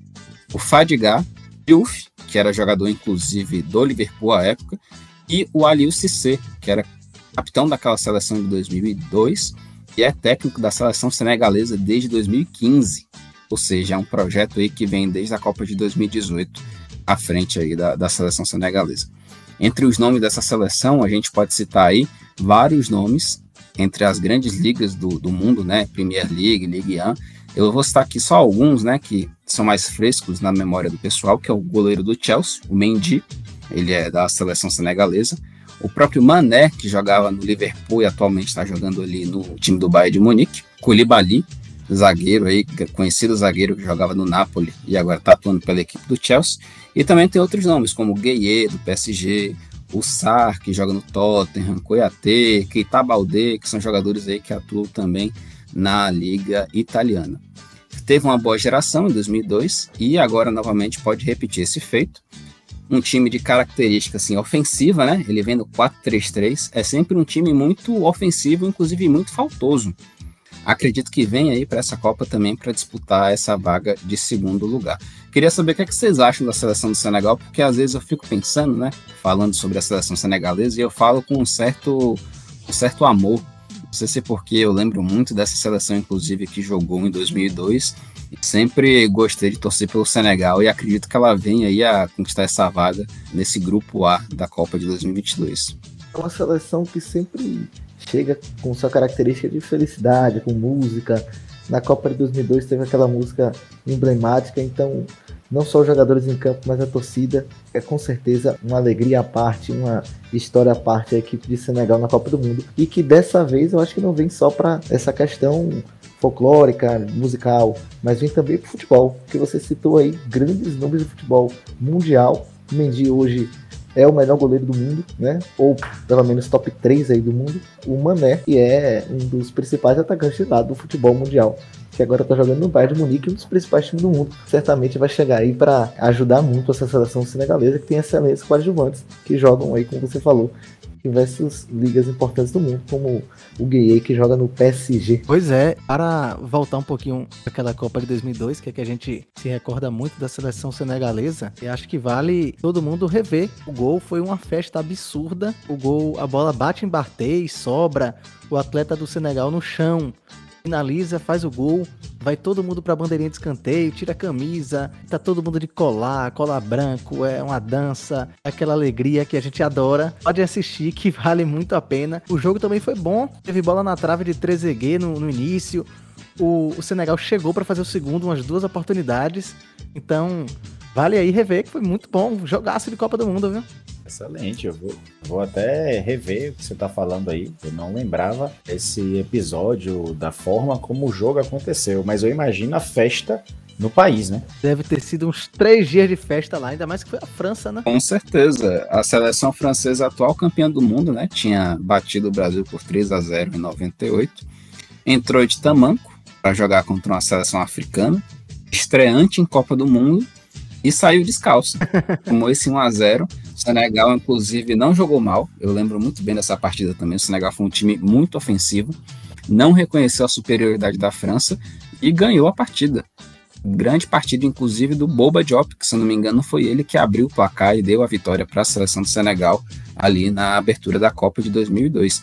o Fadiga, Diouf, que era jogador inclusive do Liverpool à época, e o Aliou Cissé, que era capitão daquela seleção de dois mil e dois e é técnico da seleção senegalesa desde dois mil e quinze, ou seja, é um projeto aí que vem desde a Copa de dois mil e dezoito à frente aí da, da seleção senegalesa. Entre os nomes dessa seleção, a gente pode citar aí vários nomes entre as grandes ligas do, do mundo, né? Premier League, Ligue um. Eu vou citar aqui só alguns, né, que são mais frescos na memória do pessoal, que é o goleiro do Chelsea, o Mendy, ele é da seleção senegalesa. O próprio Mané, que jogava no Liverpool e atualmente está jogando ali no time do Bayern de Munique. Koulibaly, zagueiro aí, conhecido zagueiro que jogava no Napoli e agora está atuando pela equipe do Chelsea. E também tem outros nomes, como o Gueye, do P S G, o Sarr, que joga no Tottenham, Kouyate, Keita Baldé, que são jogadores aí que atuam também na Liga Italiana. Teve uma boa geração em dois mil e dois e agora novamente pode repetir esse feito. Um time de característica assim, ofensiva, né? Ele vem no quatro três três, é sempre um time muito ofensivo, inclusive muito faltoso. Acredito que vem aí para essa Copa também para disputar essa vaga de segundo lugar. Queria saber o que, é que vocês acham da seleção do Senegal, porque às vezes eu fico pensando, né, falando sobre a seleção senegalesa, e eu falo com um certo, um certo amor. Não sei se é porque eu lembro muito dessa seleção, inclusive, que jogou em dois mil e dois, Sempre gostei de torcer pelo Senegal e acredito que ela venha aí a conquistar essa vaga nesse grupo A da Copa de dois mil e vinte e dois. É uma seleção que sempre chega com sua característica de felicidade, com música. Na Copa de dois mil e dois teve aquela música emblemática, então não só os jogadores em campo, mas a torcida é com certeza uma alegria à parte, uma história à parte a equipe de Senegal na Copa do Mundo. E que dessa vez eu acho que não vem só para essa questão folclórica, musical, mas vem também pro futebol, que você citou aí grandes nomes do futebol mundial. O Mendy hoje é o melhor goleiro do mundo, né? Ou pelo menos top três aí do mundo. O Mané, que é um dos principais atacantes lá do futebol mundial, que agora tá jogando no Bayern de Munique, um dos principais times do mundo. Certamente vai chegar aí para ajudar muito essa seleção senegalesa, que tem excelentes coadjuvantes que jogam aí, como você falou, em diversas ligas importantes do mundo, como o Gueye, que joga no P S G. Pois é, para voltar um pouquinho àquela Copa de dois mil e dois, que é que a gente se recorda muito da seleção senegalesa, e acho que vale todo mundo rever. O gol foi uma festa absurda, o gol, a bola bate em Barthez, sobra, o atleta do Senegal no chão, finaliza, faz o gol, vai todo mundo pra bandeirinha de escanteio, tira a camisa, tá todo mundo de colar, colar branco, é uma dança, aquela alegria que a gente adora. Pode assistir, que vale muito a pena. O jogo também foi bom, teve bola na trave de Trezeguet no, no início, o, o Senegal chegou pra fazer o segundo, umas duas oportunidades, então vale aí rever, que foi muito bom, jogaço de Copa do Mundo, viu? Excelente, eu vou, vou até rever o que você está falando aí. Eu não lembrava esse episódio da forma como o jogo aconteceu, mas eu imagino a festa no país, né? Deve ter sido uns três dias de festa lá, ainda mais que foi a França, né? Com certeza. A seleção francesa, atual campeã do mundo, né? Tinha batido o Brasil por três a zero em noventa e oito. Entrou de tamanco para jogar contra uma seleção africana, estreante em Copa do Mundo, e saiu descalço. Tomou esse um a zero. O Senegal, inclusive, não jogou mal. Eu lembro muito bem dessa partida também. O Senegal foi um time muito ofensivo. Não reconheceu a superioridade da França e ganhou a partida. Grande partida, inclusive, do Boba Diop, que, se não me engano, foi ele que abriu o placar e deu a vitória para a seleção do Senegal ali na abertura da Copa de dois mil e dois.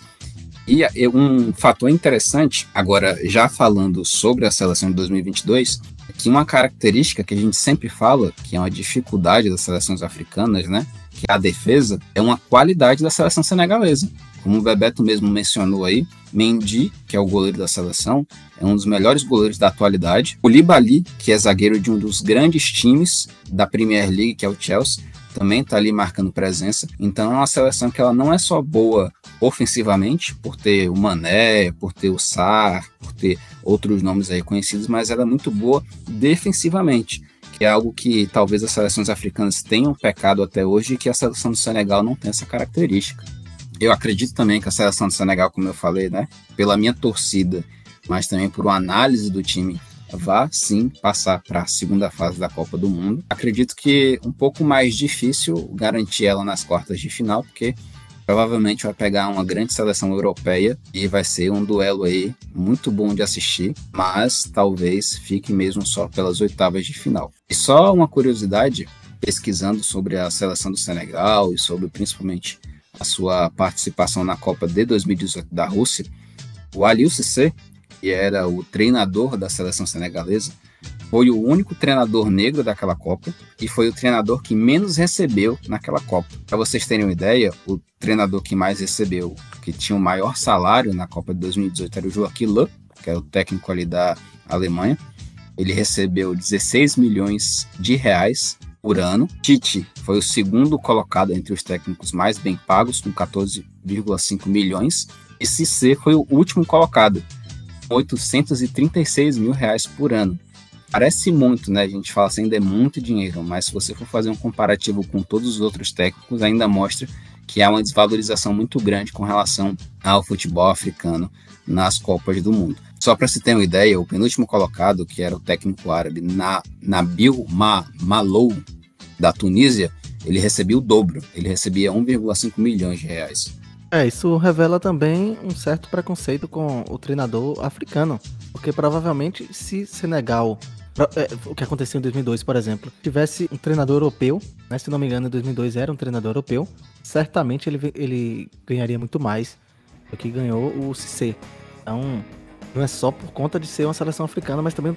E um fator interessante, agora já falando sobre a seleção de dois mil e vinte e dois, é que uma característica que a gente sempre fala, que é uma dificuldade das seleções africanas, né, que é a defesa, é uma qualidade da seleção senegalesa. Como o Bebeto mesmo mencionou aí, Mendy, que é o goleiro da seleção, é um dos melhores goleiros da atualidade. O Koulibaly, que é zagueiro de um dos grandes times da Premier League, que é o Chelsea, também está ali marcando presença. Então é uma seleção que ela não é só boa ofensivamente, por ter o Mané, por ter o Sarr, por ter outros nomes aí conhecidos, mas ela é muito boa defensivamente, que é algo que talvez as seleções africanas tenham pecado até hoje e que a seleção do Senegal não tem essa característica. Eu acredito também que a seleção do Senegal, como eu falei, né, pela minha torcida, mas também por uma análise do time, vá sim passar para a segunda fase da Copa do Mundo. Acredito que um pouco mais difícil garantir ela nas quartas de final, porque provavelmente vai pegar uma grande seleção europeia e vai ser um duelo aí muito bom de assistir, mas talvez fique mesmo só pelas oitavas de final. E só uma curiosidade, pesquisando sobre a seleção do Senegal e sobre principalmente a sua participação na Copa de dois mil e dezoito da Rússia, o Aliou Cissé, que era o treinador da seleção senegalesa, foi o único treinador negro daquela Copa e foi o treinador que menos recebeu naquela Copa. Para vocês terem uma ideia, o treinador que mais recebeu, que tinha o maior salário na Copa de dois mil e dezoito, era o Joachim Löw, que era o técnico ali da Alemanha. Ele recebeu dezesseis milhões de reais por ano. Tite foi o segundo colocado entre os técnicos mais bem pagos, com quatorze vírgula cinco milhões. E Cissé foi o último colocado, oitocentos e trinta e seis mil reais por ano. Parece muito, né? A gente fala assim, ainda é muito dinheiro, mas se você for fazer um comparativo com todos os outros técnicos, ainda mostra que há uma desvalorização muito grande com relação ao futebol africano nas Copas do Mundo. Só para se ter uma ideia, o penúltimo colocado, que era o técnico árabe na, Nabil Malou, da Tunísia, ele recebia o dobro, ele recebia um vírgula cinco milhões de reais. É, isso revela também um certo preconceito com o treinador africano, porque provavelmente se Senegal, é, o que aconteceu em dois mil e dois, por exemplo, tivesse um treinador europeu, né, se não me engano em dois mil e dois era um treinador europeu, certamente ele, ele ganharia muito mais do que ganhou o Cissé. Então, não é só por conta de ser uma seleção africana, mas também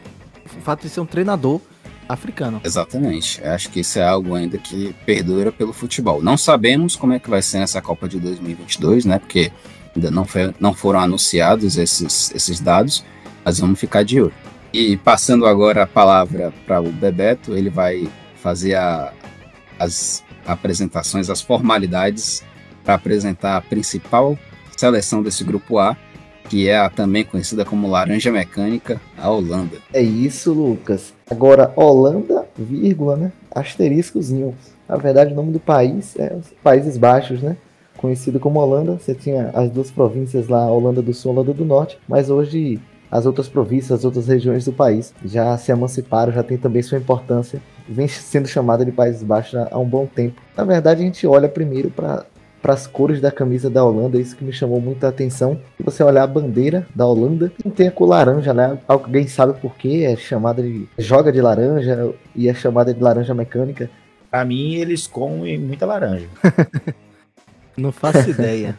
o fato de ser um treinador africano. Exatamente. Eu acho que isso é algo ainda que perdura pelo futebol. Não sabemos como é que vai ser nessa Copa de dois mil e vinte e dois, né? Porque ainda não, foi, não foram anunciados esses, esses dados, mas vamos ficar de olho. E passando agora a palavra para o Bebeto, ele vai fazer a, as apresentações, as formalidades para apresentar a principal seleção desse grupo A, que é a também conhecida como Laranja Mecânica, a Holanda. É isso, Lucas. Agora, Holanda, vírgula, né? Asteriscozinho. Na verdade, o nome do país é os Países Baixos, né? Conhecido como Holanda. Você tinha as duas províncias lá, Holanda do Sul e Holanda do Norte, mas hoje as outras províncias, as outras regiões do país já se emanciparam, já tem também sua importância, vem sendo chamada de Países Baixos há um bom tempo. Na verdade, a gente olha primeiro para para as cores da camisa da Holanda, isso que me chamou muita atenção. Se você olhar a bandeira da Holanda, não tem a cor laranja, né? Alguém sabe por quê? É chamada de joga de laranja e é chamada de laranja mecânica. Pra mim, eles comem muita laranja. Não faço ideia.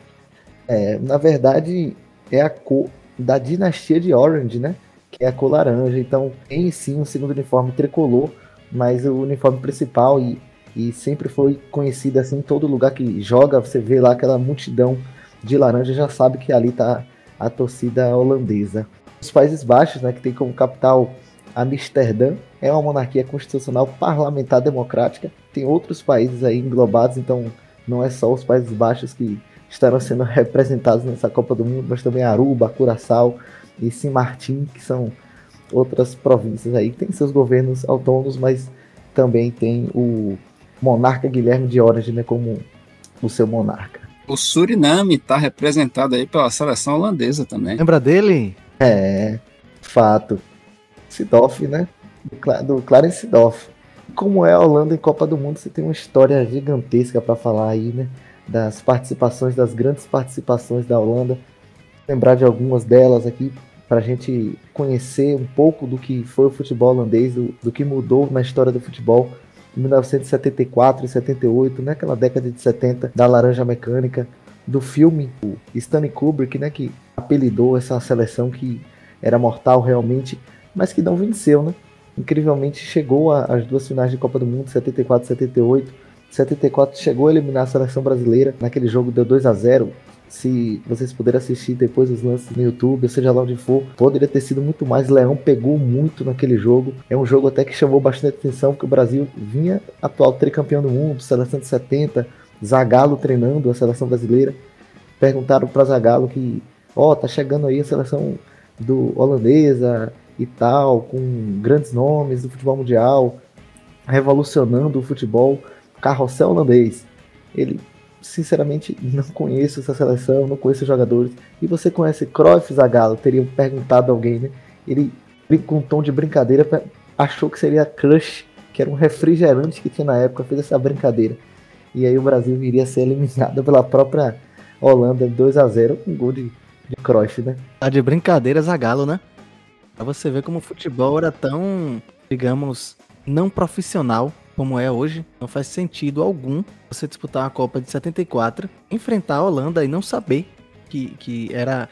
É, na verdade, é a cor da dinastia de Orange, né? Que é a cor laranja. Então, tem sim um segundo uniforme tricolor, mas o uniforme principal e E sempre foi conhecida assim, em todo lugar que joga, você vê lá aquela multidão de laranja, já sabe que ali está a torcida holandesa. Os Países Baixos, né, que tem como capital Amsterdã, é uma monarquia constitucional parlamentar democrática. Tem outros países aí englobados, então não é só os Países Baixos que estarão sendo representados nessa Copa do Mundo, mas também Aruba, Curaçao e Sint Maarten, que são outras províncias aí, que tem seus governos autônomos, mas também tem o monarca Guilherme de Orange, né, como o seu monarca. O Suriname está representado aí pela seleção holandesa também. Lembra dele? É, fato. Seedorf, né? Do Clarence Seedorf. Como é a Holanda em Copa do Mundo, você tem uma história gigantesca para falar aí, né? Das participações, das grandes participações da Holanda. Lembrar de algumas delas aqui, para a gente conhecer um pouco do que foi o futebol holandês, do, do que mudou na história do futebol. Em mil novecentos e setenta e quatro e setenta e oito, né, aquela década de setenta, da Laranja Mecânica, do filme o Stanley Kubrick, né, que apelidou essa seleção que era mortal realmente, mas que não venceu, né? Incrivelmente chegou às duas finais de Copa do Mundo, setenta e quatro e setenta e oito. setenta e quatro chegou a eliminar a seleção brasileira, naquele jogo deu dois a zero. Se vocês puderem assistir depois os lances no YouTube, ou seja lá onde for, poderia ter sido muito mais. Leão pegou muito naquele jogo. É um jogo até que chamou bastante atenção, porque o Brasil vinha atual tricampeão do mundo, seleção de setenta, Zagallo treinando a seleção brasileira. Perguntaram para Zagallo que, ó, oh, tá chegando aí a seleção do holandesa e tal, com grandes nomes do futebol mundial, revolucionando o futebol, carrossel holandês. Ele, sinceramente, não conheço essa seleção, não conheço os jogadores. E você conhece Cruyff, Zagallo? Teria perguntado a alguém, né? Ele, com um tom de brincadeira, achou que seria Crush, que era um refrigerante que tinha na época, fez essa brincadeira. E aí o Brasil iria ser eliminado pela própria Holanda, dois a zero, com um gol de, de Cruyff, né? Tá de brincadeira, Zagallo, né? Pra você ver como o futebol era tão, digamos, não profissional como é hoje. Não faz sentido algum você disputar a Copa de setenta e quatro, enfrentar a Holanda e não saber que, que era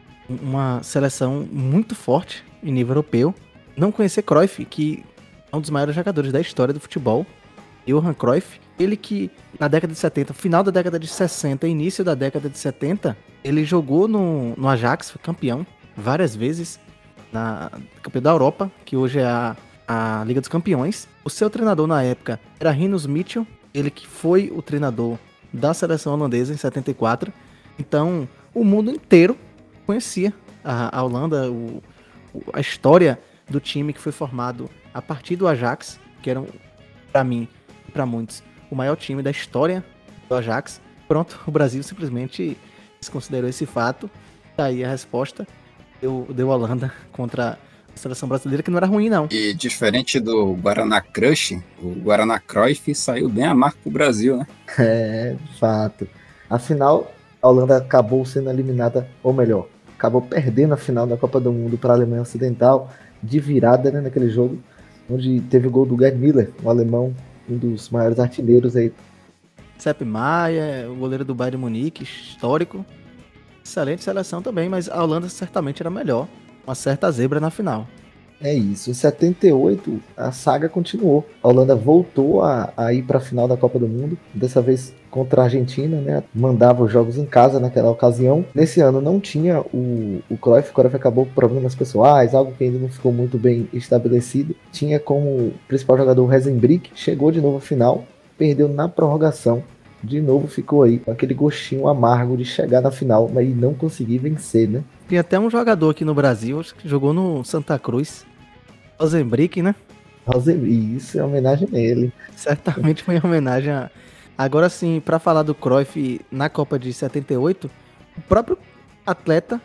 uma seleção muito forte em nível europeu. Não conhecer Cruyff, que é um dos maiores jogadores da história do futebol. Johan Cruyff, ele que na década de setenta, final da década de sessenta, início da década de setenta, ele jogou no, no Ajax, foi campeão várias vezes, na campeão da Europa, que hoje é a a Liga dos Campeões. O seu treinador na época era Rinus Michel, ele que foi o treinador da seleção holandesa em setenta e quatro. Então, o mundo inteiro conhecia a, a Holanda, o, a história do time que foi formado a partir do Ajax, que era, para mim e para muitos, o maior time da história do Ajax. Pronto, o Brasil simplesmente desconsiderou esse fato. Daí a resposta deu, deu a Holanda contra a seleção brasileira, que não era ruim, não. E diferente do Guaraná Crush, o Guaraná Cruyff saiu bem amargo pro Brasil, né? É, fato. Afinal, a Holanda acabou sendo eliminada, ou melhor, acabou perdendo a final da Copa do Mundo para a Alemanha Ocidental, de virada, né, naquele jogo, onde teve o gol do Gerd Müller, um alemão, um dos maiores artilheiros aí. Sepp Maier, o goleiro do Bayern de Munique, histórico. Excelente seleção também, mas a Holanda certamente era melhor. Uma certa zebra na final. É isso. Em setenta e oito, a saga continuou. A Holanda voltou a, a ir para a final da Copa do Mundo, dessa vez contra a Argentina, né? Mandava os jogos em casa naquela ocasião. Nesse ano não tinha o, o Cruyff, o Cruyff acabou com problemas pessoais, algo que ainda não ficou muito bem estabelecido. Tinha como principal jogador o Rosenbrick, chegou de novo à final, perdeu na prorrogação. De novo ficou aí com aquele gostinho amargo de chegar na final, mas não conseguir vencer, né? Tem até um jogador aqui no Brasil, acho que jogou no Santa Cruz, Rosenbrick, né? Rosenbrick, isso é homenagem a ele. Certamente foi em homenagem a... Agora sim, para falar do Cruyff na Copa de setenta e oito, o próprio atleta,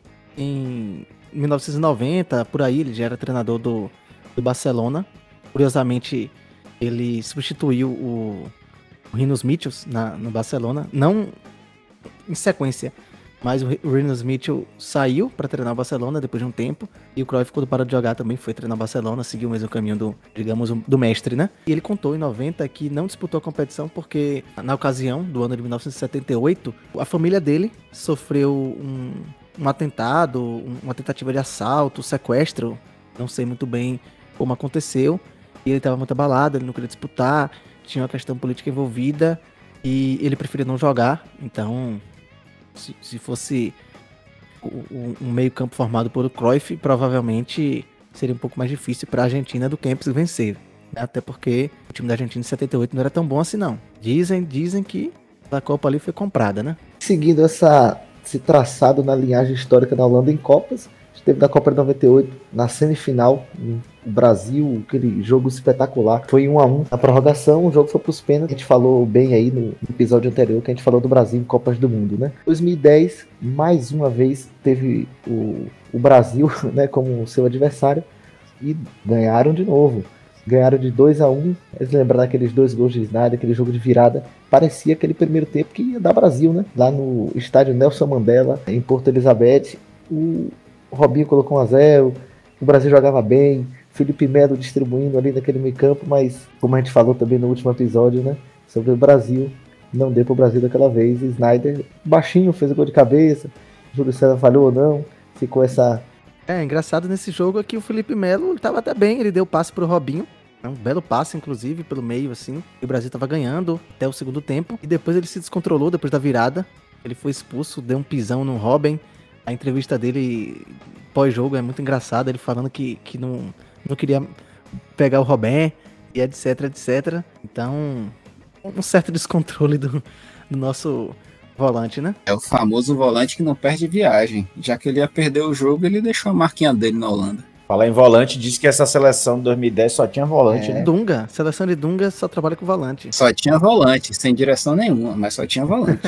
em mil novecentos e noventa, por aí, ele já era treinador do, do Barcelona. Curiosamente, ele substituiu o, o Rinus Michels na, no Barcelona, não em sequência, mas o Rinus Michels saiu para treinar o Barcelona depois de um tempo, e o Cruyff, quando parou de jogar, também foi treinar o Barcelona, seguiu o mesmo caminho do, digamos, do mestre, né? E ele contou em noventa que não disputou a competição porque, na ocasião do ano de mil novecentos e setenta e oito, a família dele sofreu um, um atentado, um, uma tentativa de assalto, sequestro, não sei muito bem como aconteceu, e ele estava muito abalado, ele não queria disputar, tinha uma questão política envolvida, e ele preferiu não jogar. Então, se, se fosse um, um meio campo formado por o Cruyff, provavelmente seria um pouco mais difícil para a Argentina do Kempes vencer, né? Até porque o time da Argentina em setenta e oito não era tão bom assim não. Dizem, dizem que a Copa ali foi comprada, né? Seguindo essa, esse traçado na linhagem histórica da Holanda em Copas, a gente teve da Copa de noventa e oito, na semifinal, o Brasil, aquele jogo espetacular, foi um a um na prorrogação, o jogo foi pros pênaltis. A gente falou bem aí no episódio anterior que a gente falou do Brasil em Copas do Mundo, né? dois mil e dez, mais uma vez, teve o, o Brasil, né, como seu adversário, e ganharam de novo. Ganharam de dois a um, eles lembraram daqueles dois gols de Snyder, aquele jogo de virada, parecia aquele primeiro tempo que ia dar Brasil, né? Lá no estádio Nelson Mandela, em Porto Elizabeth, o Robinho colocou um a zero, o Brasil jogava bem, Felipe Melo distribuindo ali naquele meio campo, mas como a gente falou também no último episódio, né, sobre o Brasil, não deu pro Brasil daquela vez. Snyder, baixinho, fez o gol de cabeça, Júlio César falhou ou não, ficou essa... É, engraçado nesse jogo é que o Felipe Melo estava até bem, ele deu passe pro Robinho, um belo passe, inclusive, pelo meio, assim, e o Brasil estava ganhando até o segundo tempo, e depois ele se descontrolou depois da virada, ele foi expulso, deu um pisão no Robin. A entrevista dele pós-jogo é muito engraçada, ele falando que, que não, não queria pegar o Robin, e etc, etcétera. Então, um certo descontrole do, do nosso volante, né? É o famoso volante que não perde viagem. Já que ele ia perder o jogo, ele deixou a marquinha dele na Holanda. Falar em volante, disse que essa seleção de dois mil e dez só tinha volante, É. né? Dunga, seleção de Dunga só trabalha com volante. Só tinha volante, sem direção nenhuma, mas só tinha volante.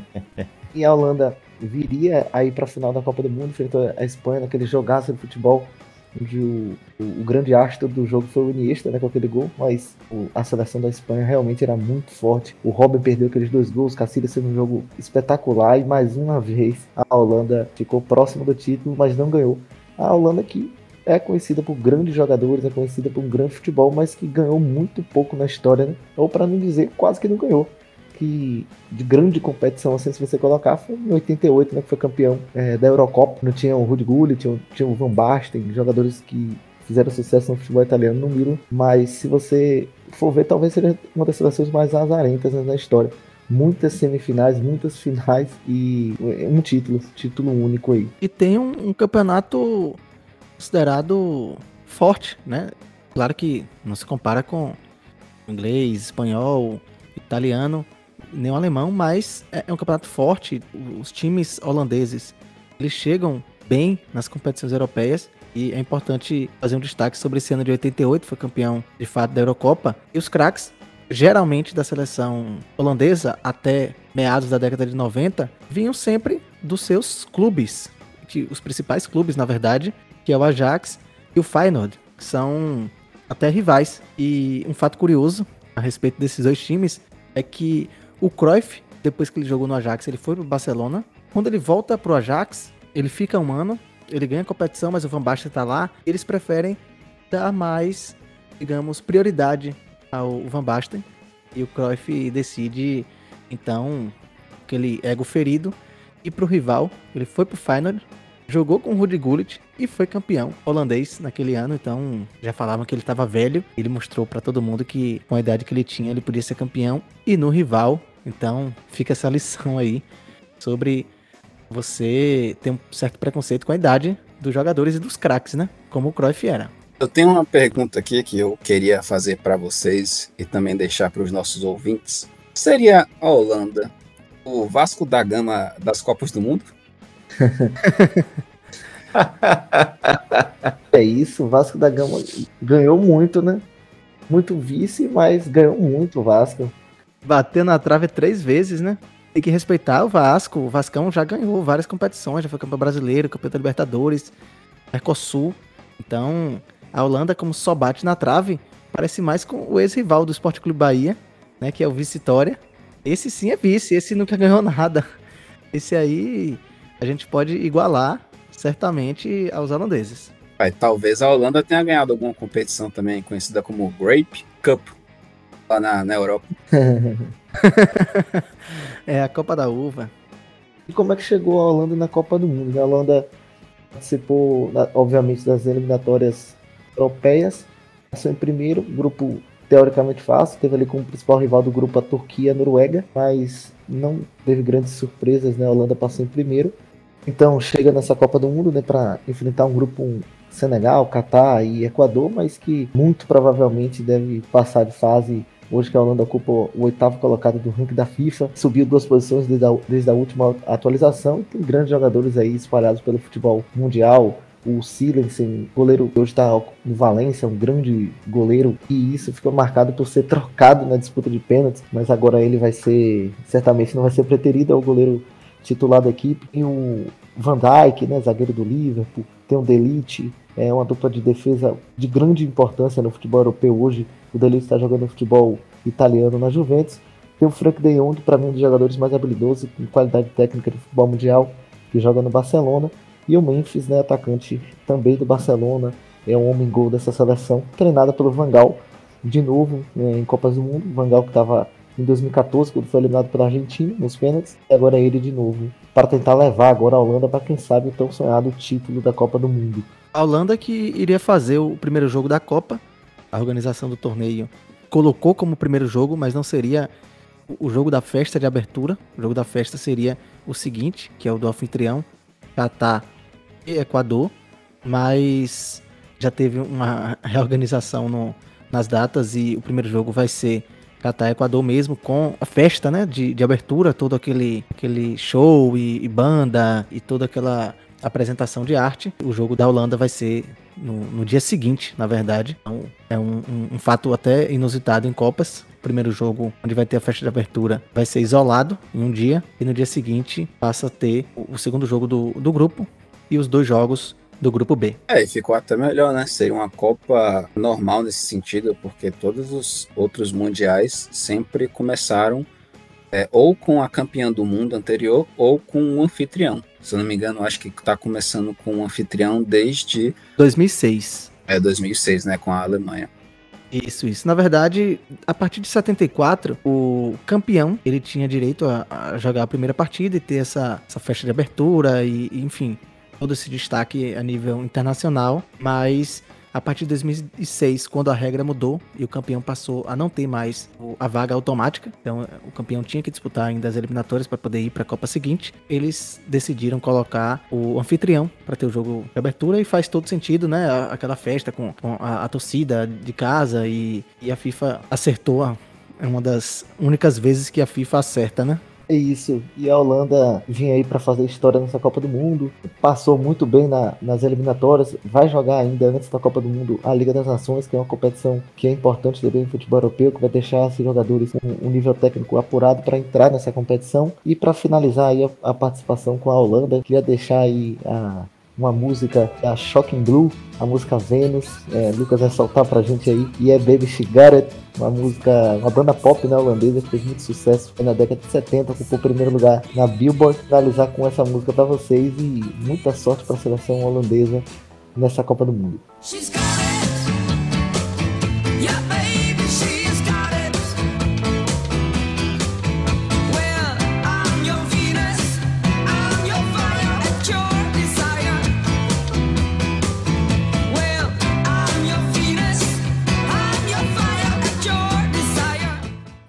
E a Holanda viria aí para a final da Copa do Mundo, frente à Espanha, naquele jogaço de futebol, onde o, o, o grande astro do jogo foi o Iniesta, né, com aquele gol, mas o, a seleção da Espanha realmente era muito forte. O Robin perdeu aqueles dois gols, Cacilhas fez um jogo espetacular, e mais uma vez a Holanda ficou próximo do título, mas não ganhou. A Holanda que é conhecida por grandes jogadores, é conhecida por um grande futebol, mas que ganhou muito pouco na história, né? Ou para não dizer, quase que não ganhou. Que de grande competição, assim, se você colocar, foi em oitenta e oito, né, que foi campeão é, da Eurocopa. Não tinha o Ruud Gullit, tinha, tinha o Van Basten, jogadores que fizeram sucesso no futebol italiano no Milan, mas se você for ver, talvez seja uma das seleções mais azarentas, né, na história. Muitas semifinais, muitas finais e um título, título único aí. E tem um, um campeonato considerado forte, né? Claro que não se compara com inglês, espanhol, italiano, nem o alemão, mas é, é um campeonato forte. Os times holandeses, eles chegam bem nas competições europeias, e é importante fazer um destaque sobre esse ano de oitenta e oito, foi campeão de fato da Eurocopa, e os craques, geralmente da seleção holandesa, até meados da década de noventa, vinham sempre dos seus clubes, que, os principais clubes, na verdade, que é o Ajax e o Feyenoord, que são até rivais. E um fato curioso a respeito desses dois times é que o Cruyff, depois que ele jogou no Ajax, ele foi pro Barcelona. Quando ele volta pro Ajax, ele fica um ano, ele ganha a competição, mas o Van Basten tá lá. Eles preferem dar mais, digamos, prioridade ao Van Basten, e o Cruyff decide, então, aquele ego ferido, ir pro rival. Ele foi pro Feyenoord, jogou com o Ruud Gullit e foi campeão holandês naquele ano, então já falavam que ele estava velho. Ele mostrou para todo mundo que com a idade que ele tinha, ele podia ser campeão e no rival. Então fica essa lição aí sobre você ter um certo preconceito com a idade dos jogadores e dos craques, né? Como o Cruyff era. Eu tenho uma pergunta aqui que eu queria fazer para vocês e também deixar para os nossos ouvintes. Seria a Holanda o Vasco da Gama das Copas do Mundo? É isso, o Vasco da Gama ganhou muito, né? Muito vice, mas ganhou muito o Vasco. Bateu na trave três vezes, né? Tem que respeitar o Vasco. O Vascão já ganhou várias competições, já foi campeão brasileiro, campeão da Libertadores, Mercosul. Então, a Holanda, como só bate na trave, parece mais com o ex-rival do Sport Clube Bahia, né? Que é o Vice-Vitória. Esse sim é vice, esse nunca ganhou nada. Esse aí a gente pode igualar, certamente, aos holandeses. Aí, talvez a Holanda tenha ganhado alguma competição também, conhecida como Grape Cup, lá na, na Europa. É a Copa da Uva. E como é que chegou a Holanda na Copa do Mundo? A Holanda participou, obviamente, das eliminatórias europeias. Passou em primeiro, grupo teoricamente fácil. Teve ali como principal rival do grupo a Turquia e a Noruega, mas não teve grandes surpresas, né? A Holanda passou em primeiro. Então chega nessa Copa do Mundo, né, para enfrentar um grupo um Senegal, Catar e Equador, mas que muito provavelmente deve passar de fase. Hoje que a Holanda ocupa o oitavo colocado do ranking da FIFA, subiu duas posições desde a, desde a última atualização, e tem grandes jogadores aí espalhados pelo futebol mundial. O Silensen, goleiro que hoje está no Valência, um grande goleiro, e isso ficou marcado por ser trocado na disputa de pênaltis, mas agora ele vai ser, certamente não vai ser preterido, é o goleiro titular da equipe. E o Van Dijk, né, zagueiro do Liverpool, tem o De Ligt, é uma dupla de defesa de grande importância no futebol europeu hoje. O De Ligt está jogando no futebol italiano na Juventus. Tem o Frank de Jong, para mim um dos jogadores mais habilidosos com qualidade técnica do futebol mundial, que joga no Barcelona. E o Memphis, né, atacante também do Barcelona, é um homem-gol dessa seleção, treinada pelo Van Gaal, de novo, né, em Copas do Mundo. O Van Gaal que estava em dois mil e catorze, quando foi eliminado pela Argentina, nos pênaltis, e agora é ele de novo, para tentar levar agora a Holanda para, quem sabe, o tão sonhado título da Copa do Mundo. A Holanda que iria fazer o primeiro jogo da Copa, a organização do torneio colocou como primeiro jogo, mas não seria o jogo da festa de abertura. O jogo da festa seria o seguinte, que é o do anfitrião, Catar e Equador, mas já teve uma reorganização no, nas datas e o primeiro jogo vai ser Catar e Equador mesmo, com a festa, né, de, de abertura, todo aquele, aquele show e, e banda e toda aquela apresentação de arte. O jogo da Holanda vai ser no, no dia seguinte, na verdade. Então, é um, um, um fato até inusitado em Copas. O primeiro jogo, onde vai ter a festa de abertura, vai ser isolado em um dia, e no dia seguinte passa a ter o, o segundo jogo do, do grupo e os dois jogos do grupo B. É, e ficou até melhor, né? Seria uma Copa normal nesse sentido, porque todos os outros mundiais sempre começaram é, ou com a campeã do mundo anterior ou com o anfitrião. Se eu não me engano, acho que está começando com o anfitrião desde dois mil e seis. É, dois mil e seis, né? Com a Alemanha. Isso, isso. Na verdade, a partir de setenta e quatro, o campeão, ele tinha direito a, a jogar a primeira partida e ter essa, essa festa de abertura e, e, enfim, todo esse destaque a nível internacional, mas a partir de dois mil e seis, quando a regra mudou e o campeão passou a não ter mais a vaga automática, então o campeão tinha que disputar ainda as eliminatórias para poder ir para a Copa seguinte, eles decidiram colocar o anfitrião para ter o jogo de abertura, e faz todo sentido, né? Aquela festa com, com a, a torcida de casa, e, e a FIFA acertou, é uma das únicas vezes que a FIFA acerta, né? É isso, e a Holanda vinha aí para fazer história nessa Copa do Mundo, passou muito bem na, nas eliminatórias, vai jogar ainda antes da Copa do Mundo a Liga das Nações, que é uma competição que é importante também no futebol europeu, que vai deixar esses jogadores com um nível técnico apurado para entrar nessa competição. E para finalizar aí a, a participação com a Holanda, queria deixar aí a... uma música, a Shocking Blue, a música Venus, é, Lucas vai soltar pra gente aí, e é Baby She Got It, uma música, uma banda pop, né, holandesa, que fez muito sucesso, foi na década de setenta, ocupou o primeiro lugar na Billboard. Finalizar com essa música pra vocês, e muita sorte pra seleção holandesa nessa Copa do Mundo. She's got it. Yeah, baby, she's got it. Well, I'm your Venus, I'm your fire, at your desire.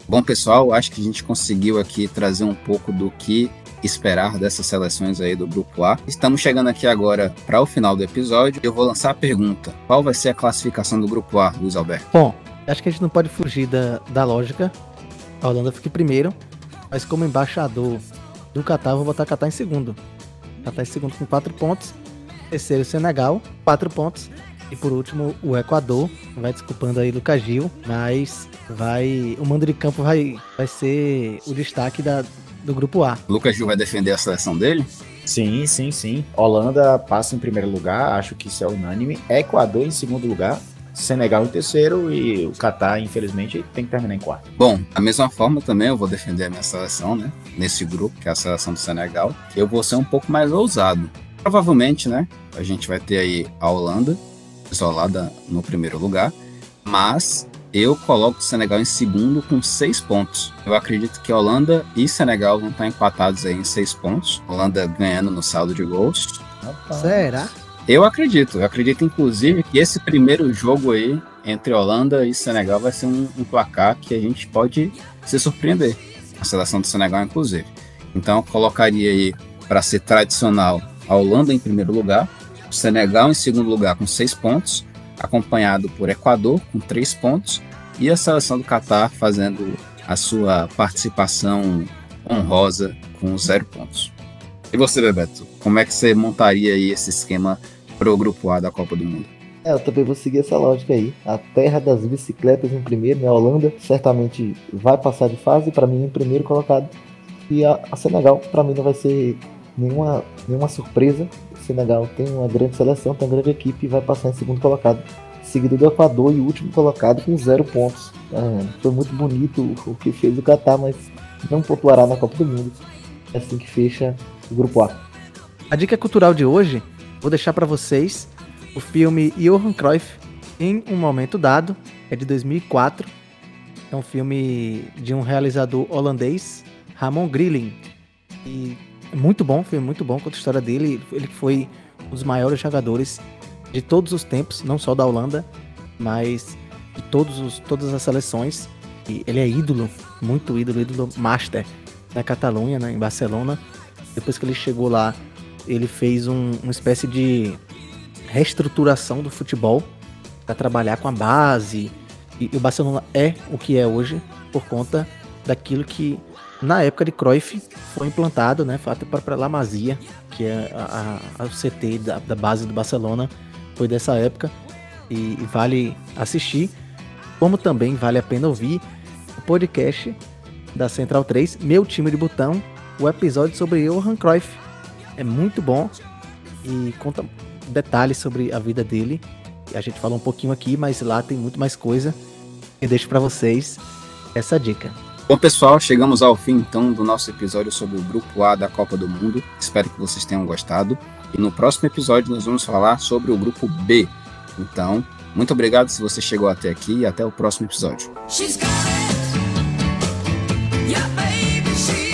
Bom, pessoal, acho que a gente conseguiu aqui trazer um pouco do que esperar dessas seleções aí do Grupo A. Estamos chegando aqui agora para o final do episódio. Eu vou lançar a pergunta. Qual vai ser a classificação do Grupo A, Luiz Alberto? Bom, acho que a gente não pode fugir da, da lógica. A Holanda fica em primeiro, mas como embaixador do Catar, eu vou botar Catar em segundo. Catar em segundo com quatro pontos. Terceiro, Senegal, quatro pontos. E por último, o Equador. Vai desculpando aí Lucas Gil, mas vai, o mando de campo vai, vai ser o destaque da, do Grupo A. Lucas Gil vai defender a seleção dele? Sim, sim, sim. Holanda passa em primeiro lugar, acho que isso é unânime. Equador em segundo lugar. Senegal em terceiro e o Catar, infelizmente, tem que terminar em quarto. Bom, da mesma forma também eu vou defender a minha seleção, né? Nesse grupo, que é a seleção do Senegal. Eu vou ser um pouco mais ousado. Provavelmente, né? A gente vai ter aí a Holanda isolada no primeiro lugar, mas eu coloco o Senegal em segundo com seis pontos. Eu acredito que Holanda e Senegal vão estar empatados aí em seis pontos. Holanda ganhando no saldo de gols. Rapaz. Será? Eu acredito. Eu acredito, inclusive, que esse primeiro jogo aí entre Holanda e Senegal vai ser um, um placar que a gente pode se surpreender. A seleção do Senegal, inclusive. Então, eu colocaria aí, para ser tradicional, a Holanda em primeiro lugar, o Senegal em segundo lugar com seis pontos, acompanhado por Equador com três pontos e a seleção do Catar fazendo a sua participação honrosa com zero pontos. E você, Bebeto, como é que você montaria aí esse esquema para o Grupo A da Copa do Mundo? É, eu também vou seguir essa lógica aí. A terra das bicicletas em primeiro, né? A Holanda certamente vai passar de fase, para mim em primeiro colocado. E a, a Senegal, para mim, não vai ser nenhuma, nenhuma surpresa. O Senegal tem uma grande seleção, tem uma grande equipe e vai passar em segundo colocado, seguido do Equador e o último colocado com zero pontos. É, foi muito bonito o que fez o Catar, mas não pontuará na Copa do Mundo. É assim que fecha o Grupo A. A dica cultural de hoje, vou deixar para vocês o filme Johan Cruyff em um Momento Dado, é de dois mil e quatro. É um filme de um realizador holandês, Ramon Grilling. E é muito bom, foi muito bom, conta a história dele. Ele foi um dos maiores jogadores de todos os tempos, não só da Holanda, mas de todos os, todas as seleções. E ele é ídolo, muito ídolo, ídolo master na Catalunha, né, em Barcelona. Depois que ele chegou lá, ele fez um, uma espécie de reestruturação do futebol para trabalhar com a base. E, e o Barcelona é o que é hoje por conta daquilo que na época de Cruyff foi implantado, né? Foi até para La Masia, que é a, a, a o C T da, da base do Barcelona, foi dessa época. E, e vale assistir, como também vale a pena ouvir o podcast da Central três, Meu Time de Botão, o episódio sobre Johan Cruyff. É muito bom e conta detalhes sobre a vida dele. A gente falou um pouquinho aqui, mas lá tem muito mais coisa. Eu deixo para vocês essa dica. Bom, pessoal, chegamos ao fim, então, do nosso episódio sobre o Grupo A da Copa do Mundo. Espero que vocês tenham gostado. E no próximo episódio nós vamos falar sobre o Grupo B. Então, muito obrigado se você chegou até aqui e até o próximo episódio. She's got it. Yeah, baby, she